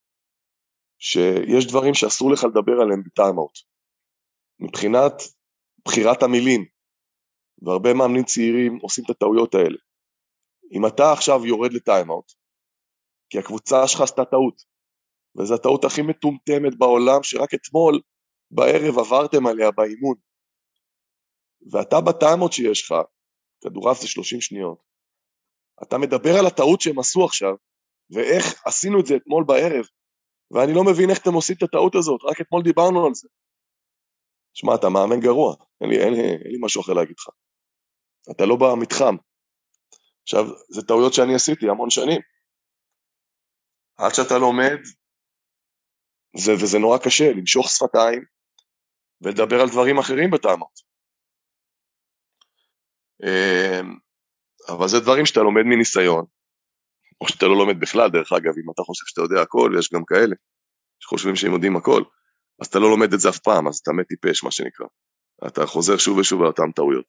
שיש דברים שאסור לך לדבר עליהם בטיימאוט, מבחינת בחירת המילים, והרבה מאמנים צעירים עושים את הטעויות האלה. אם אתה עכשיו יורד לטיימאוט, כי הקבוצה שלך עשתה טעות, וזו הטעות הכי מטומטמת בעולם, שרק אתמול בערב עברתם עליה באימון, ואתה בטיימאוט שיש לך, כדורעף זה 30 שניות. אתה מדבר על הטעות שהם עשו עכשיו, ואיך עשינו את זה אתמול בערב, ואני לא מבין איך אתם עושים את הטעות הזאת, רק אתמול דיברנו על זה. שמע, אתה מאמן גרוע, אין לי משהו אחר להגיד לך. אתה לא במתחם. עכשיו, זה טעויות שאני עשיתי המון שנים. עד שאתה לומד, וזה נורא קשה, למשוך שפתיים, ולדבר על דברים אחרים בטענות. אבל זה דברים שאתה לומד מניסיון, או שאתה לא לומד בכלל, דרך אגב, אם אתה חושב שאתה יודע הכל, ויש גם כאלה שחושבים שהם יודעים הכל, אז אתה לא לומד את זה אף פעם, אז אתה מת טיפש, מה שנקרא. אתה חוזר שוב ושוב על אותם טעויות.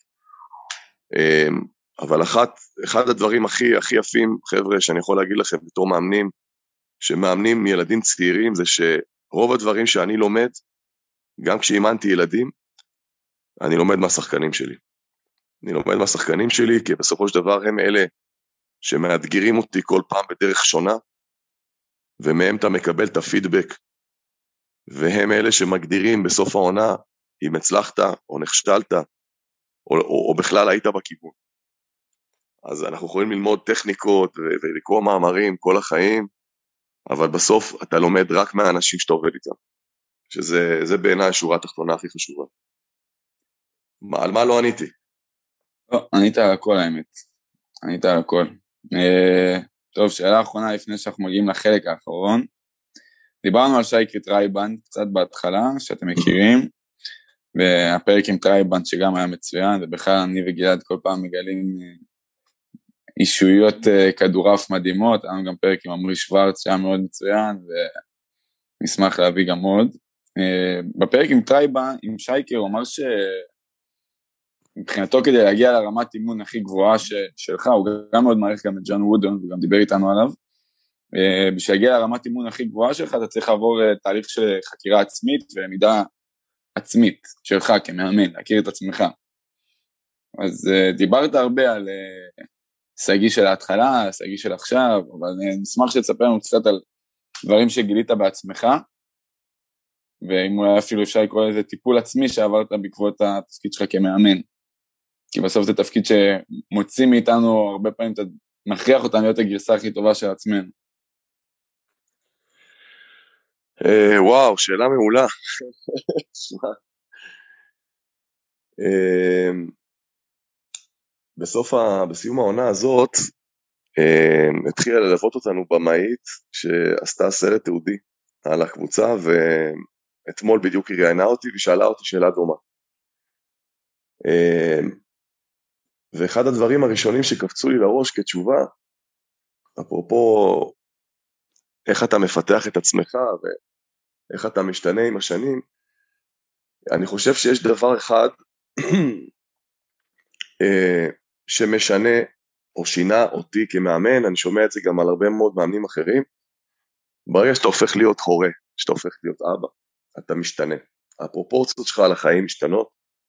אבל אחד הדברים הכי יפים, חבר'ה, שאני יכול להגיד לכם בתור מאמנים, שמאמנים ילדים צעירים, זה שרוב הדברים שאני לומד, גם כשאימנתי ילדים, אני לומד מהשחקנים שלי. אני לומד מהשחקנים שלי, כי בסופו של דבר הם אלה שמאתגרים אותי כל פעם בדרך שונה, ומהם אתה מקבל את הפידבק, והם אלה שמגדירים בסוף העונה, אם הצלחת או נכשלת, או בכלל היית בכיוון. אז אנחנו יכולים ללמוד טכניקות ולקרוא מאמרים כל החיים, אבל בסוף אתה לומד רק מהאנשים שאתה עובד איתם, שזה בעיניי השורה התחתונה הכי חשובה. על מה לא עניתי? לא, ענית על הכל האמת. ענית על הכל. טוב, שאלה אחרונה לפני שאנחנו מגיעים לחלק האחרון. דיברנו על שייקי טרייבנד קצת בהתחלה, שאתם מכירים, והפרק עם טרייבנד שגם היה מצוין, ובכלל אני וגלעד כל פעם מגלים אישויות כדורעף מדהימות, היה גם פרק עם עמרי שוורץ שהיה מאוד מצוין, ונשמח להביא גם עוד. בפרק עם טרייבנד, עם שייקי, הוא אמר מבחינתו כדי להגיע לרמת אימון הכי גבוהה שלך, הוא גם מאוד מעריך גם את ג'ון וודון, הוא גם דיבר איתנו עליו, בשביל להגיע לרמת אימון הכי גבוהה שלך, אתה צריך לעבור תהליך של חקירה עצמית, ולמידה עצמית שלך כמאמן, להכיר את עצמך. אז דיברת הרבה על סגי של ההתחלה, סגי של עכשיו, אבל נשמח שתספר לנו קצת על דברים שגילית בעצמך, ואם אולי אפילו אפשר לקרוא לזה טיפול עצמי שעברת בעקבות התפקיד שלך כמאמן. כי בסוף זה תפקיד שמוציא מאיתנו הרבה פעמים, מכריח אותנו להיות הגרסה הכי טובה של עצמנו. וואו, שאלה מעולה. בסיום העונה הזאת, התחילה ללוות אותנו במאית, שעשתה סרט תיעודי על הקבוצה, ואתמול בדיוק היא ראיינה אותי, ושאלה אותי שאלה דומה. ואחד הדברים הראשונים שקפצו לי לראש כתשובה, אפרופו איך אתה מפתח את עצמך, ואיך אתה משתנה עם השנים, אני חושב שיש דבר אחד, שמשנה או שינה אותי כמאמן, אני שומע את זה גם על הרבה מאוד מאמנים אחרים, ברגע שאתה הופך להיות הורה, שאתה הופך להיות אבא, אתה משתנה. הפרופורציות שלך על החיים משתנות,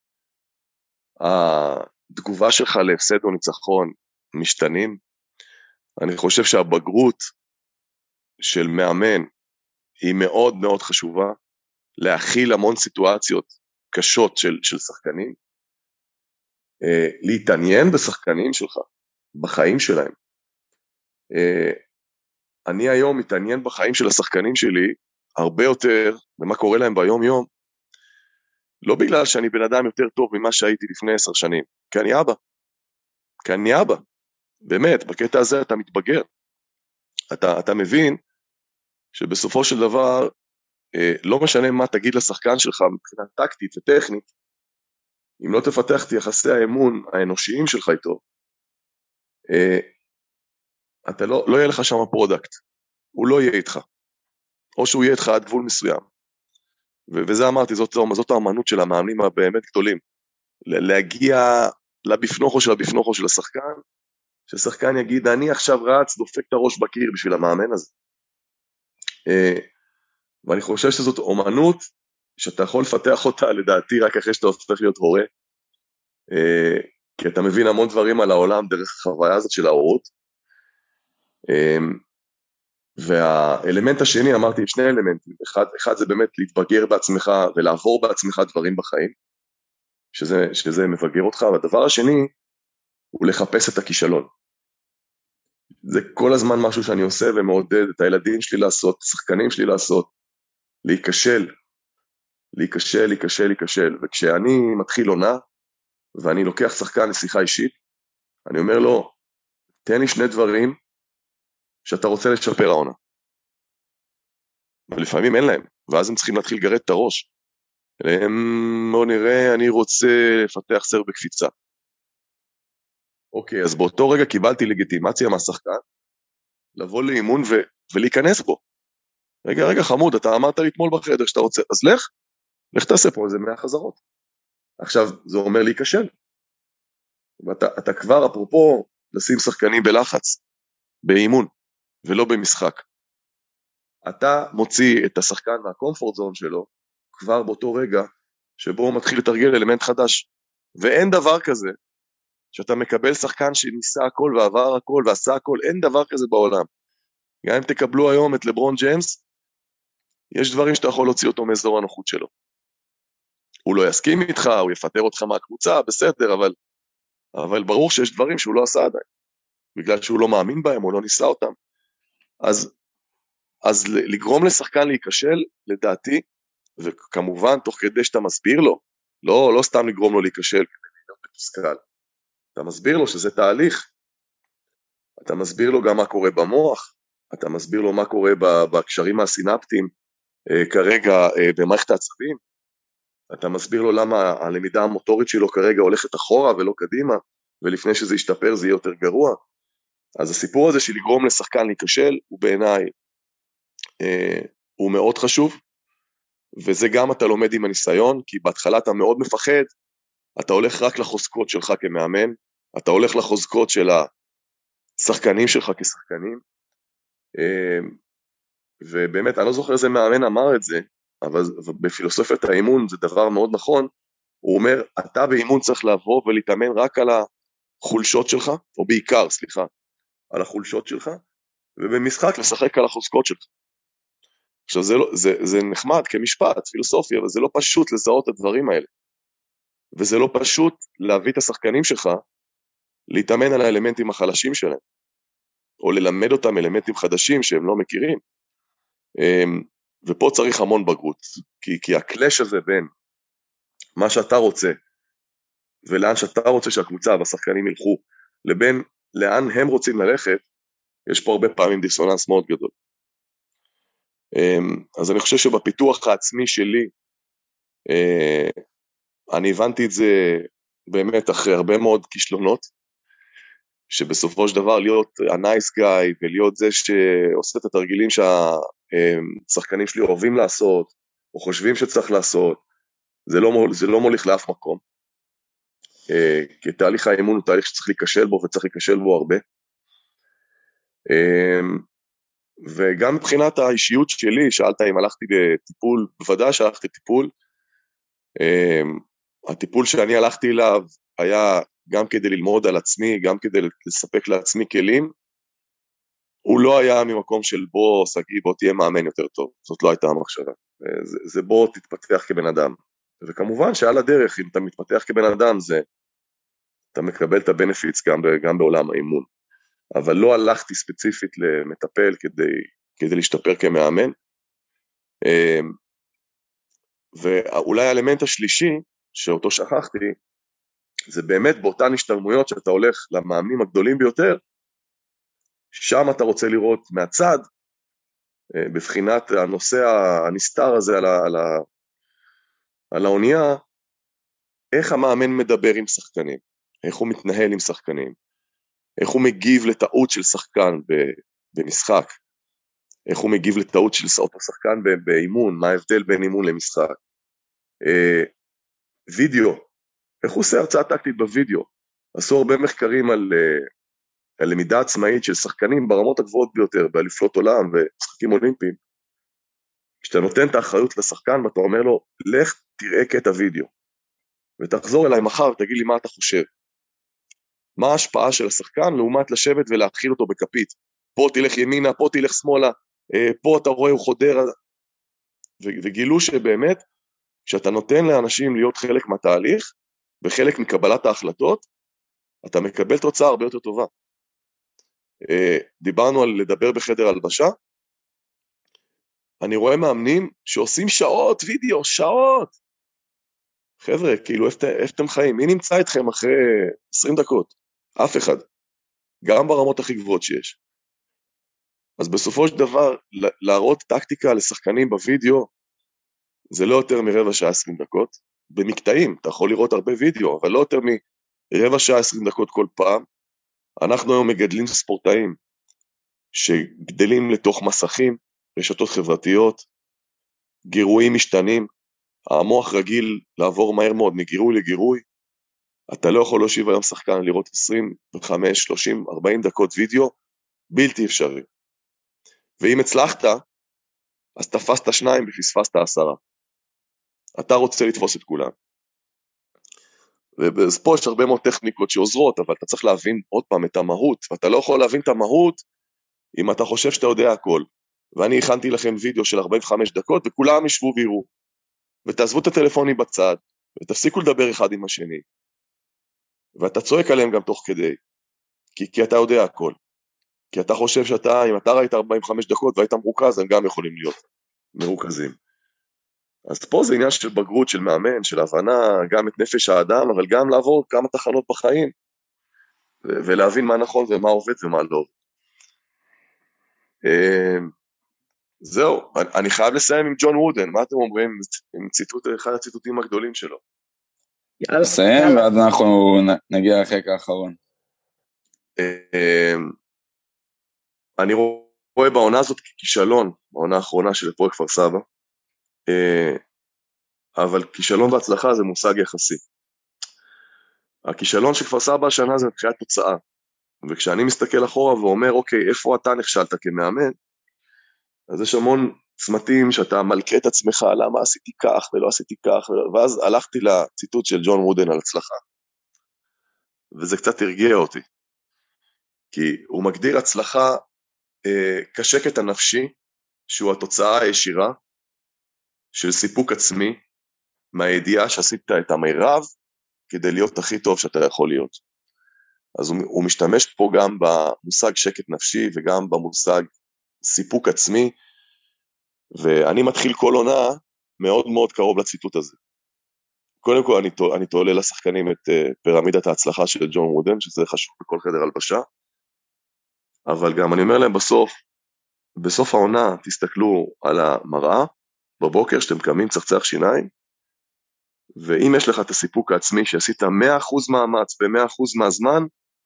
התגובה שלך להפסד או ניצחון משתנים, אני חושב שהבגרות של מאמן היא מאוד מאוד חשובה, להכיל המון סיטואציות קשות של שחקנים, להתעניין בשחקנים שלך, בחיים שלהם. אני היום מתעניין בחיים של השחקנים שלי, הרבה יותר במה קורה להם ביום יום, לא בגלל שאני בן אדם יותר טוב ממה שהייתי לפני 10 שנים, כי אני אבא, באמת, בקטע הזה אתה מתבגר, אתה מבין שבסופו של דבר, לא משנה מה תגיד לשחקן שלך מבחינה טקטית וטכנית, אם לא תפתח את יחסי האמון האנושיים שלך איתו, אתה לא יהיה לך שם פרודקט, הוא לא יהיה איתך, או שהוא יהיה איתך עד גבול מסוים, וזה אמרתי, זאת האמנות של המאמנים הבאמת גדולים, להגיע לבפנוכו של השחקן, ששחקן יגיד, אני עכשיו רץ, דופק את הראש בקיר בשביל המאמן הזה, ואני חושב שזאת אומנות, שאתה יכול לפתח אותה לדעתי רק אחרי שאתה הופך להיות הורה, כי אתה מבין המון דברים על העולם דרך החוויה הזאת של ההורות, והאלמנט השני, אמרתי 2 אלמנטים, אחד זה באמת להתבגר בעצמך ולעבור בעצמך דברים בחיים, שזה מבגר אותך, והדבר השני הוא לחפש את הכישלון. זה כל הזמן משהו שאני עושה ומעודד את הילדים שלי לעשות, את השחקנים שלי לעשות, להיכשל, וכשאני מתחיל עונה, ואני לוקח שחקן לשיחה אישית, אני אומר לו, תן לי 2 דברים שאתה רוצה לשפר העונה. ולפעמים אין להם, ואז הם צריכים להתחיל לגרד את הראש. בוא נראה, אני רוצה לפתח סרב בקפיצה. אוקיי, אז באותו רגע קיבלתי לגיטימציה מהשחקן, לבוא לאימון ולהיכנס בו. רגע, חמוד, אתה אמרת לי אתמול בחדר שאתה רוצה, אז לך תעשה פה איזה 100 חזרות. עכשיו, זה אומר להיכשל. ואתה כבר, אפרופו, לשים שחקנים בלחץ, באימון, ולא במשחק. אתה מוציא את השחקן מהקומפורט זון שלו, כבר באותו רגע, שבו הוא מתחיל לתרגל אלמנט חדש. ואין דבר כזה, שאתה מקבל שחקן שניסה הכל ועבר הכל ועשה הכל, אין דבר כזה בעולם. גם אם תקבלו היום את לברון ג'יימס, יש דברים שאתה יכול להוציא אותו מאזור הנוחות שלו. הוא לא יסכים איתך, הוא יפטר אותך מהקבוצה, בסדר, אבל ברור שיש דברים שהוא לא עשה עדיין. בגלל שהוא לא מאמין בהם, הוא לא ניסה אותם. אז לגרום לשחקן להיכשל, לדעתי, וכמובן תוך כדי שאתה מסביר לו, לא סתם לגרום לו להיכשל, אתה מסביר לו שזה תהליך, אתה מסביר לו גם מה קורה במוח, אתה מסביר לו מה קורה בקשרים הסינפטיים, כרגע במערכת העצבים, אתה מסביר לו למה הלמידה המוטורית שלו כרגע הולכת אחורה ולא קדימה, ולפני שזה ישתפר זה יהיה יותר גרוע. אז הסיפור הזה של לגרום לשחקן להיכשל, הוא בעיניי, הוא מאוד חשוב, וזה גם אתה לומד עם הניסיון, כי בהתחלה אתה מאוד מפחד, אתה הולך רק לחוזקות שלך כמאמן, אתה הולך לחוזקות של השחקנים שלך כשחקנים, ובאמת, אני לא זוכר איזה מאמן אמר את זה, אבל בפילוסופיית האימון זה דבר מאוד נכון, הוא אומר, אתה באימון צריך לבוא ולהתאמן רק על החולשות שלך, או בעיקר, סליחה, על החולשות שלך, ובמשחק לשחק על החוזקות שלך. עכשיו זה נחמד כמשפט, פילוסופיה, אבל זה לא פשוט לזהות את הדברים האלה. וזה לא פשוט להביא את השחקנים שלך, להתאמן על האלמנטים החלשים שלהם, או ללמד אותם אלמנטים חדשים שהם לא מכירים. ופה צריך המון בגרות, כי הקלאש הזה בין מה שאתה רוצה, ולאן שאתה רוצה שהקבוצה והשחקנים ילכו, לבין לאן הם רוצים ללכת, יש פה הרבה פעמים דיסוננס מאוד גדול. אז אני חושב שבפיתוח העצמי שלי, אני הבנתי את זה באמת אחרי הרבה מאוד כישלונות, שבסופו של דבר להיות ה-nice guy, ולהיות זה שעושה את התרגילים שהשחקנים שלי אוהבים לעשות, או חושבים שצריך לעשות, זה לא מוליך לאף מקום. כי תהליך האימון הוא תהליך שצריך להיכשל בו, וצריך להיכשל בו הרבה. וגם מבחינת האישיות שלי, שאלת אם הלכתי לטיפול, בוודאי שהלכתי לטיפול, הטיפול שאני הלכתי אליו היה גם כדי ללמוד על עצמי, גם כדי לספק לעצמי כלים, הוא לא היה ממקום של בוא סגי, בוא תהיה מאמן יותר טוב, זאת לא הייתה המחשבה, זה בוא תתפתח כבן אדם, וכמובן שעל הדרך, אם אתה מתפתח כבן אדם, אתה מקבל את הבנפיץ גם בעולם האימון, אבל לא הלכתי ספציפית למטפל כדי להשתפר כמאמן, ואולי האלמנט השלישי, שאותו שכחתי, זה באמת באותן השתלמויות שאתה הולך למאמנים הגדולים ביותר, שם אתה רוצה לראות מהצד, בבחינת הנושא הנסתר הזה על האונייה, איך המאמן מדבר עם שחקנים, איך הוא מתנהל עם שחקנים, איך הוא מגיב לטעות של שחקן במשחק, איך הוא מגיב לטעות של אותו שחקן באימון, מה ההבדל בין אימון למשחק, וידאו, איך הוא עושה הרצאה טקטית בווידאו, עשו הרבה מחקרים על למידה עצמאית של שחקנים ברמות הגבוהות ביותר, באליפויות עולם ומשחקים אולימפיים, כשאתה נותן את האחריות לשחקן ואתה אומר לו, לך תראה קטע וידאו, ותחזור אליי מחר ותגיד לי מה אתה חושב, מה ההשפעה של השחקן לעומת לשבת ולהתחיל אותו בכפית, פה תלך ימינה, פה תלך שמאלה, פה אתה רואה הוא חודר, וגילו שבאמת, כשאתה נותן לאנשים להיות חלק מהתהליך, וחלק מקבלת ההחלטות, אתה מקבל תוצאה הרבה יותר טובה. דיברנו על לדבר בחדר הלבשה, אני רואה מאמנים שעושים שעות וידאו, שעות. חבר'ה, כאילו, איפה אתם חיים? מי נמצא איתכם אחרי 20 דקות? אף אחד. גם ברמות הכי גבוהות שיש. אז בסופו של דבר, להראות טקטיקה לשחקנים בווידאו, זה לא יותר מרבע שעה 20 דקות. במקטעים, אתה יכול לראות הרבה וידאו, אבל לא יותר מרבע שעה 20 דקות כל פעם. אנחנו היום מגדלים ספורטאים, שגדלים לתוך מסכים, רשתות חברתיות, גירויים משתנים, המוח רגיל לעבור מהר מאוד מגירוי לגירוי, אתה לא יכול להושיב היום שחקן לראות 25, 30, 40 דקות וידאו, בלתי אפשרי. ואם הצלחת, אז תפסת 2 ופספסת 10. אתה רוצה לתפוס את כולם. ופה יש הרבה מאוד טכניקות שעוזרות, אבל אתה צריך להבין עוד פעם את המהות, ואתה לא יכול להבין את המהות אם אתה חושב שאתה יודע הכל. ואני הכנתי לכם וידאו של 45 דקות, וכולם ישבו ויראו. ותעזבו את הטלפונים בצד, ותפסיקו לדבר אחד עם השני. ואתה צועק עליהם גם תוך כדי, כי אתה יודע הכל. כי אתה חושב אם אתה ראית 45 דקות והיית מרוכז, הם גם יכולים להיות מרוכזים. אז פה זה עניין של בגרות, של מאמן, של הבנה, גם את נפש האדם, אבל גם לעבור כמה תחנות בחיים, ולהבין מה נכון ומה עובד ומה לא. זהו, אני חייב לסיים עם ג'ון וודן, מה אתם אומרים? עם ציטוט, אחד הציטוטים הגדולים שלו. נסיים ואז אנחנו נגיע לחלק האחרון. אני רואה בעונה הזאת ככישלון, בעונה האחרונה של הפועל כפר סבא, אבל כישלון והצלחה זה מושג יחסי. הכישלון של כפר סבא השנה זה מבחינת תוצאה, וכשאני מסתכל אחורה ואומר, אוקיי, איפה אתה נכשלת כמאמן, אז יש המון צמתים שאתה מלכה את עצמך, למה עשיתי כך ולא עשיתי כך, ואז הלכתי לציטוט של ג'ון וודן על הצלחה, וזה קצת הרגיע אותי, כי הוא מגדיר הצלחה כשקט הנפשי, שהוא התוצאה הישירה של סיפוק עצמי, מהידיעה שעשית את המירב, כדי להיות הכי טוב שאתה יכול להיות. אז הוא משתמש פה גם במושג שקט נפשי, וגם במושג סיפוק עצמי, ואני מתחיל כל עונה מאוד מאוד קרוב לציטוט הזה. קודם כל אני תולה לשחקנים את פירמידת ההצלחה של ג'ון וודן, שזה חשוב בכל חדר הלבשה, אבל גם אני אומר להם בסוף העונה תסתכלו על המראה, בבוקר שאתם קמים צחצח שיניים, ואם יש לך את הסיפוק העצמי שעשית 100% מאמץ ב-100% מהזמן,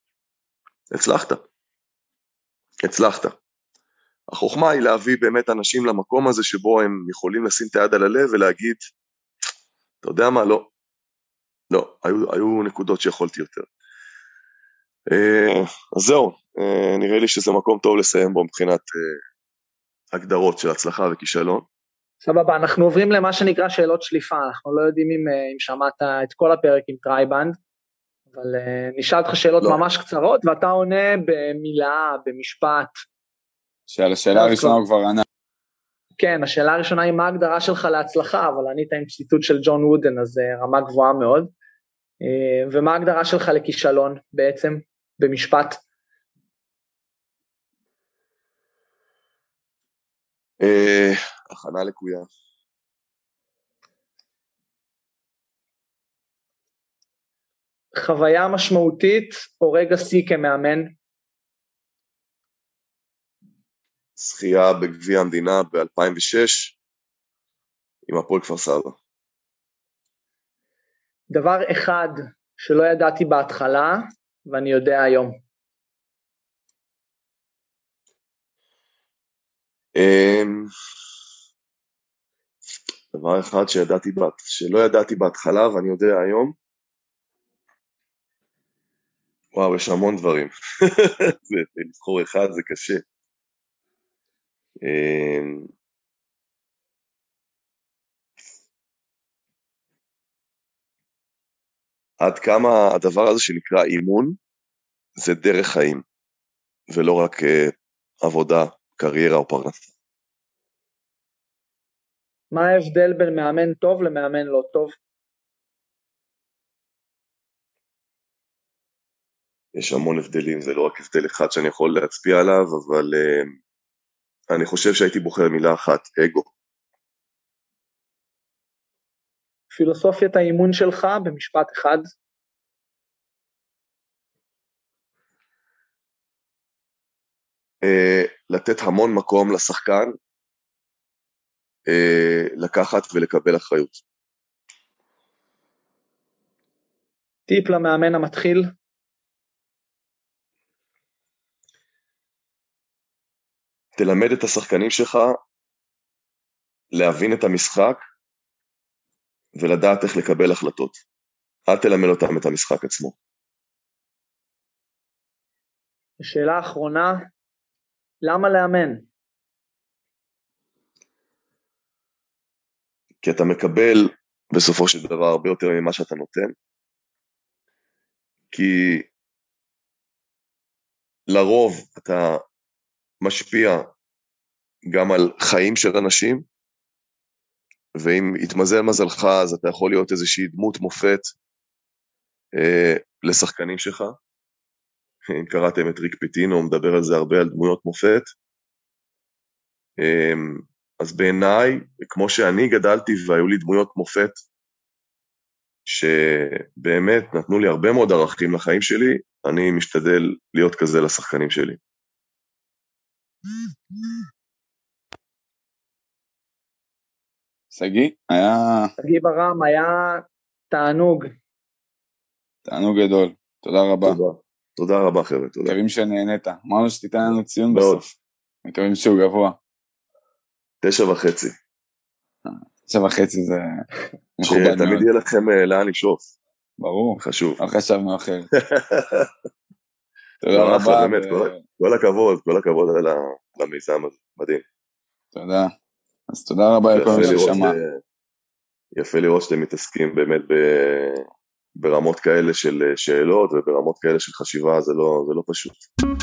הצלחת. החוכמה היא להביא באמת אנשים למקום הזה שבו הם יכולים לשים את היד על הלב ולהגיד, אתה יודע מה, לא, היו נקודות שיכולתי יותר. אז זהו, נראה לי שזה מקום טוב לסיים בו מבחינת הגדרות של הצלחה וכישלון. סבבה, אנחנו עוברים למה שנקרא שאלות שליפה, אנחנו לא יודעים אם שמעת את כל הפרק עם טרייבנד, אבל נשאל אותך שאלות ממש קצרות, ואתה עונה במילה, במשפט. שעל השאלה הראשונה הוא כבר ענה. כן, השאלה הראשונה היא מה ההגדרה שלך להצלחה, אבל ענית עם ציטוט של ג'ון וודן, אז רמה גבוהה מאוד. ומה ההגדרה שלך לכישלון בעצם, במשפט? הכנה לקויה. חוויה משמעותית או רגע שיא כמאמן? זכייה בגביע המדינה ב-2006 עם הפועל כפר סבא. דבר אחד שלא ידעתי בהתחלה ואני יודע היום. דבר אחד שלא ידעתי בהתחלה ואני יודע היום. וואו, יש המון דברים. לבחור אחד זה קשה. עד כמה הדבר הזה שנקרא אימון זה דרך חיים, ולא רק עבודה, קריירה או פרנסה. מה ההבדל בין מאמן טוב למאמן לא טוב? יש המון הבדלים, זה לא רק הבדל אחד שאני יכול להצביע עליו, אבל אני חושב שהייתי בוחר מילה אחת, אגו. פילוסופיית האימון שלך במשפט אחד. לתת המון מקום לשחקן, לקחת ולקבל אחריות. טיפ למאמן המתחיל. תלמד את השחקנים שלך להבין את המשחק ולדעת איך לקבל החלטות. אל תלמד אותם את המשחק עצמו. שאלה אחרונה, למה לאמן? כי אתה מקבל בסופו של דבר הרבה יותר ממה שאתה נותן, כי לרוב אתה משפיע גם על חיים של אנשים, ואם יתמזל מזלך אז אתה יכול להיות איזושהי דמות מופת לשחקנים שלך. אם קראתם את ריק פיטינו, הוא מדבר על זה הרבה, על דמויות מופת. אז בעיניי, כמו שאני גדלתי והיו לי דמויות מופת, שבאמת נתנו לי הרבה מאוד ערכים לחיים שלי, אני משתדל להיות כזה לשחקנים שלי. סגי ברם, היה תענוג. תענוג גדול, תודה רבה. תודה רבה חבר'ה, תודה. מקווים שנהנית, אמרנו שתיתן לנו ציון בסוף, מקווים שהוא גבוה. 9.5. 9.5 זה מכובד מאוד. שתמיד יהיה לכם לאן לשאוף. ברור, חשוב. לא חשבנו אחר. תודה רבה. באמת, כל הכבוד על המיזם הזה, מדהים. תודה. אז תודה רבה לכל מי ששמע. יפה לראות שאתם מתעסקים באמת ברמות כאלה של שאלות וברמות כאלה של חשיבה, זה לא פשוט.